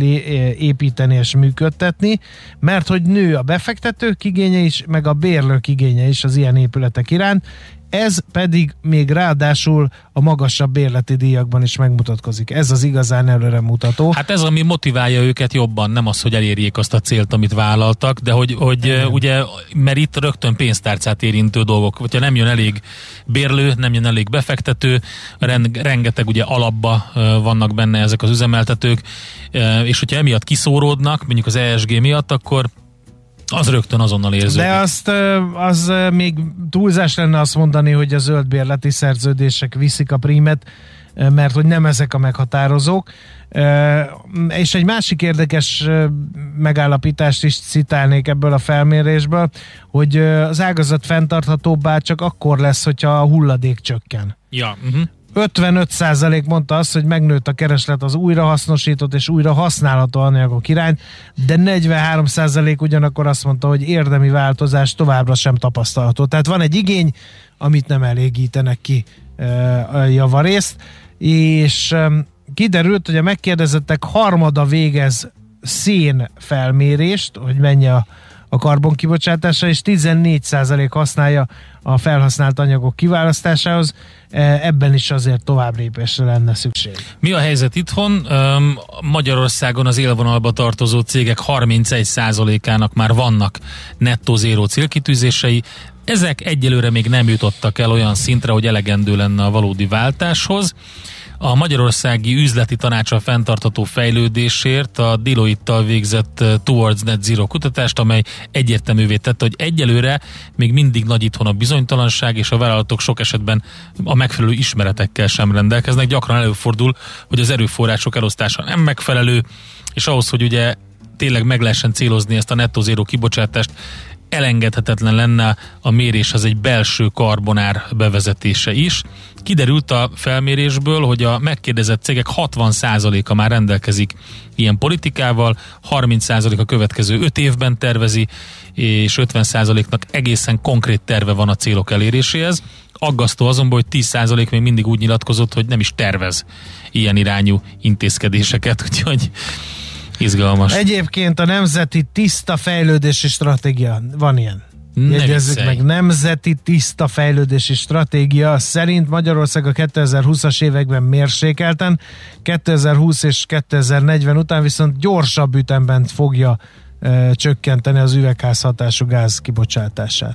építeni és működtetni, mert hogy nő a befektetők igénye is, meg a bérlők igénye is az ilyen épületek iránt. Ez pedig még ráadásul a magasabb bérleti díjakban is megmutatkozik. Ez az igazán előremutató. Hát ez, ami motiválja őket jobban, nem az, hogy elérjék azt a célt, amit vállaltak, de hogy, hogy ugye, mert itt rögtön pénztárcát érintő dolgok. Hogyha nem jön elég bérlő, nem jön elég befektető, rengeteg ugye alapba vannak benne ezek az üzemeltetők, és hogyha emiatt kiszóródnak, mondjuk az é es gé miatt, akkor az rögtön azonnal érződik. De azt az még túlzás lenne azt mondani, hogy a zöld bérleti szerződések viszik a prímet, mert hogy nem ezek a meghatározók. És egy másik érdekes megállapítást is citálnék ebből a felmérésből, hogy az ágazat fenntarthatóbbá csak akkor lesz, hogyha a hulladék csökken. Ja, uh-huh. ötvenöt százalék mondta azt, hogy megnőtt a kereslet az újrahasznosított és újra használható anyagok iránt, de negyvenhárom százalék ugyanakkor azt mondta, hogy érdemi változás továbbra sem tapasztalható. Tehát van egy igény, amit nem elégítenek ki a javarészt, és kiderült, hogy a megkérdezettek harmada végez szén felmérést, hogy mennyi a a karbonkibocsátása, és tizennégy százalék használja a felhasznált anyagok kiválasztásához. Ebben is azért továbblépésre lenne szükség. Mi a helyzet itthon? Magyarországon az élvonalba tartozó cégek harmincegy százalékának már vannak nettó zéró célkitűzései. Ezek egyelőre még nem jutottak el olyan szintre, hogy elegendő lenne a valódi váltáshoz. A Magyarországi Üzleti Tanács a fenntartható fejlődésért a Deloitte-tal végzett Towards Net Zero kutatást, amely egyértelművé tette, hogy egyelőre még mindig nagy itthon a bizonytalanság, és a vállalatok sok esetben a megfelelő ismeretekkel sem rendelkeznek. Gyakran előfordul, hogy az erőforrások elosztása nem megfelelő, és ahhoz, hogy ugye tényleg meg lehessen célozni ezt a nettó zéró kibocsátást, elengedhetetlen lenne a mérés, az egy belső karbonár bevezetése is. Kiderült a felmérésből, hogy a megkérdezett cégek hatvan százaléka már rendelkezik ilyen politikával, harminc százalék a következő öt évben tervezi, és ötven százaléknak egészen konkrét terve van a célok eléréséhez. Aggasztó azonban, hogy tíz százalék még mindig úgy nyilatkozott, hogy nem is tervez ilyen irányú intézkedéseket, úgyhogy izgalmas. Egyébként a Nemzeti Tiszta Fejlődési Stratégia, van ilyen. Jegyezzük meg, Nemzeti Tiszta Fejlődési Stratégia szerint Magyarország a kétezer-húszas években mérsékelten, kétezer-húsz és kétezer-negyven után viszont gyorsabb ütemben fogja e, csökkenteni az üvegházhatású gáz kibocsátását.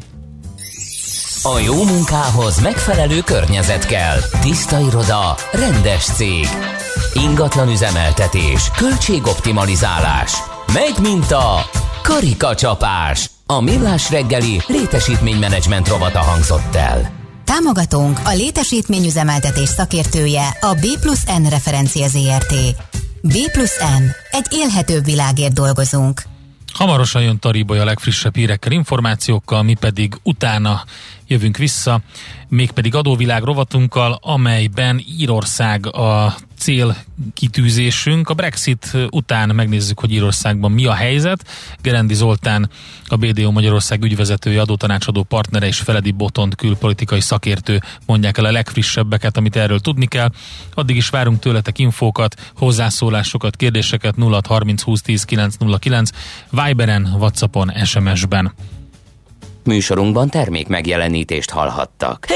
A jó munkához megfelelő környezet kell. Tiszta iroda, rendes cég. Ingatlan üzemeltetés, költségoptimalizálás. Megy mint a karikacsapás. A Millás reggeli létesítménymenedzsment rovata hangzott el. Támogatónk a létesítményüzemeltetés szakértője, a B plusz N Referencia Zrt. B plusz N. Egy élhetőbb világért dolgozunk. Hamarosan jön Tariboly a legfrissebb hírekkel, információkkal, mi pedig utána jövünk vissza, mégpedig adóvilág rovatunkkal, amelyben Írország a célkitűzésünk. A Brexit után megnézzük, hogy Írországban mi a helyzet. Gerendi Zoltán, a bé dé o Magyarország ügyvezetője, adótanácsadó partnere és Feledi Botond külpolitikai szakértő mondják el a legfrissebbeket, amit erről tudni kell. Addig is várunk tőletek infókat, hozzászólásokat, kérdéseket nulla hat harminc húsz tíz kilenc nulla kilenc, Viberen, WhatsAppon, es em es-ben. Műsorunkban termék megjelenítést hallhattak.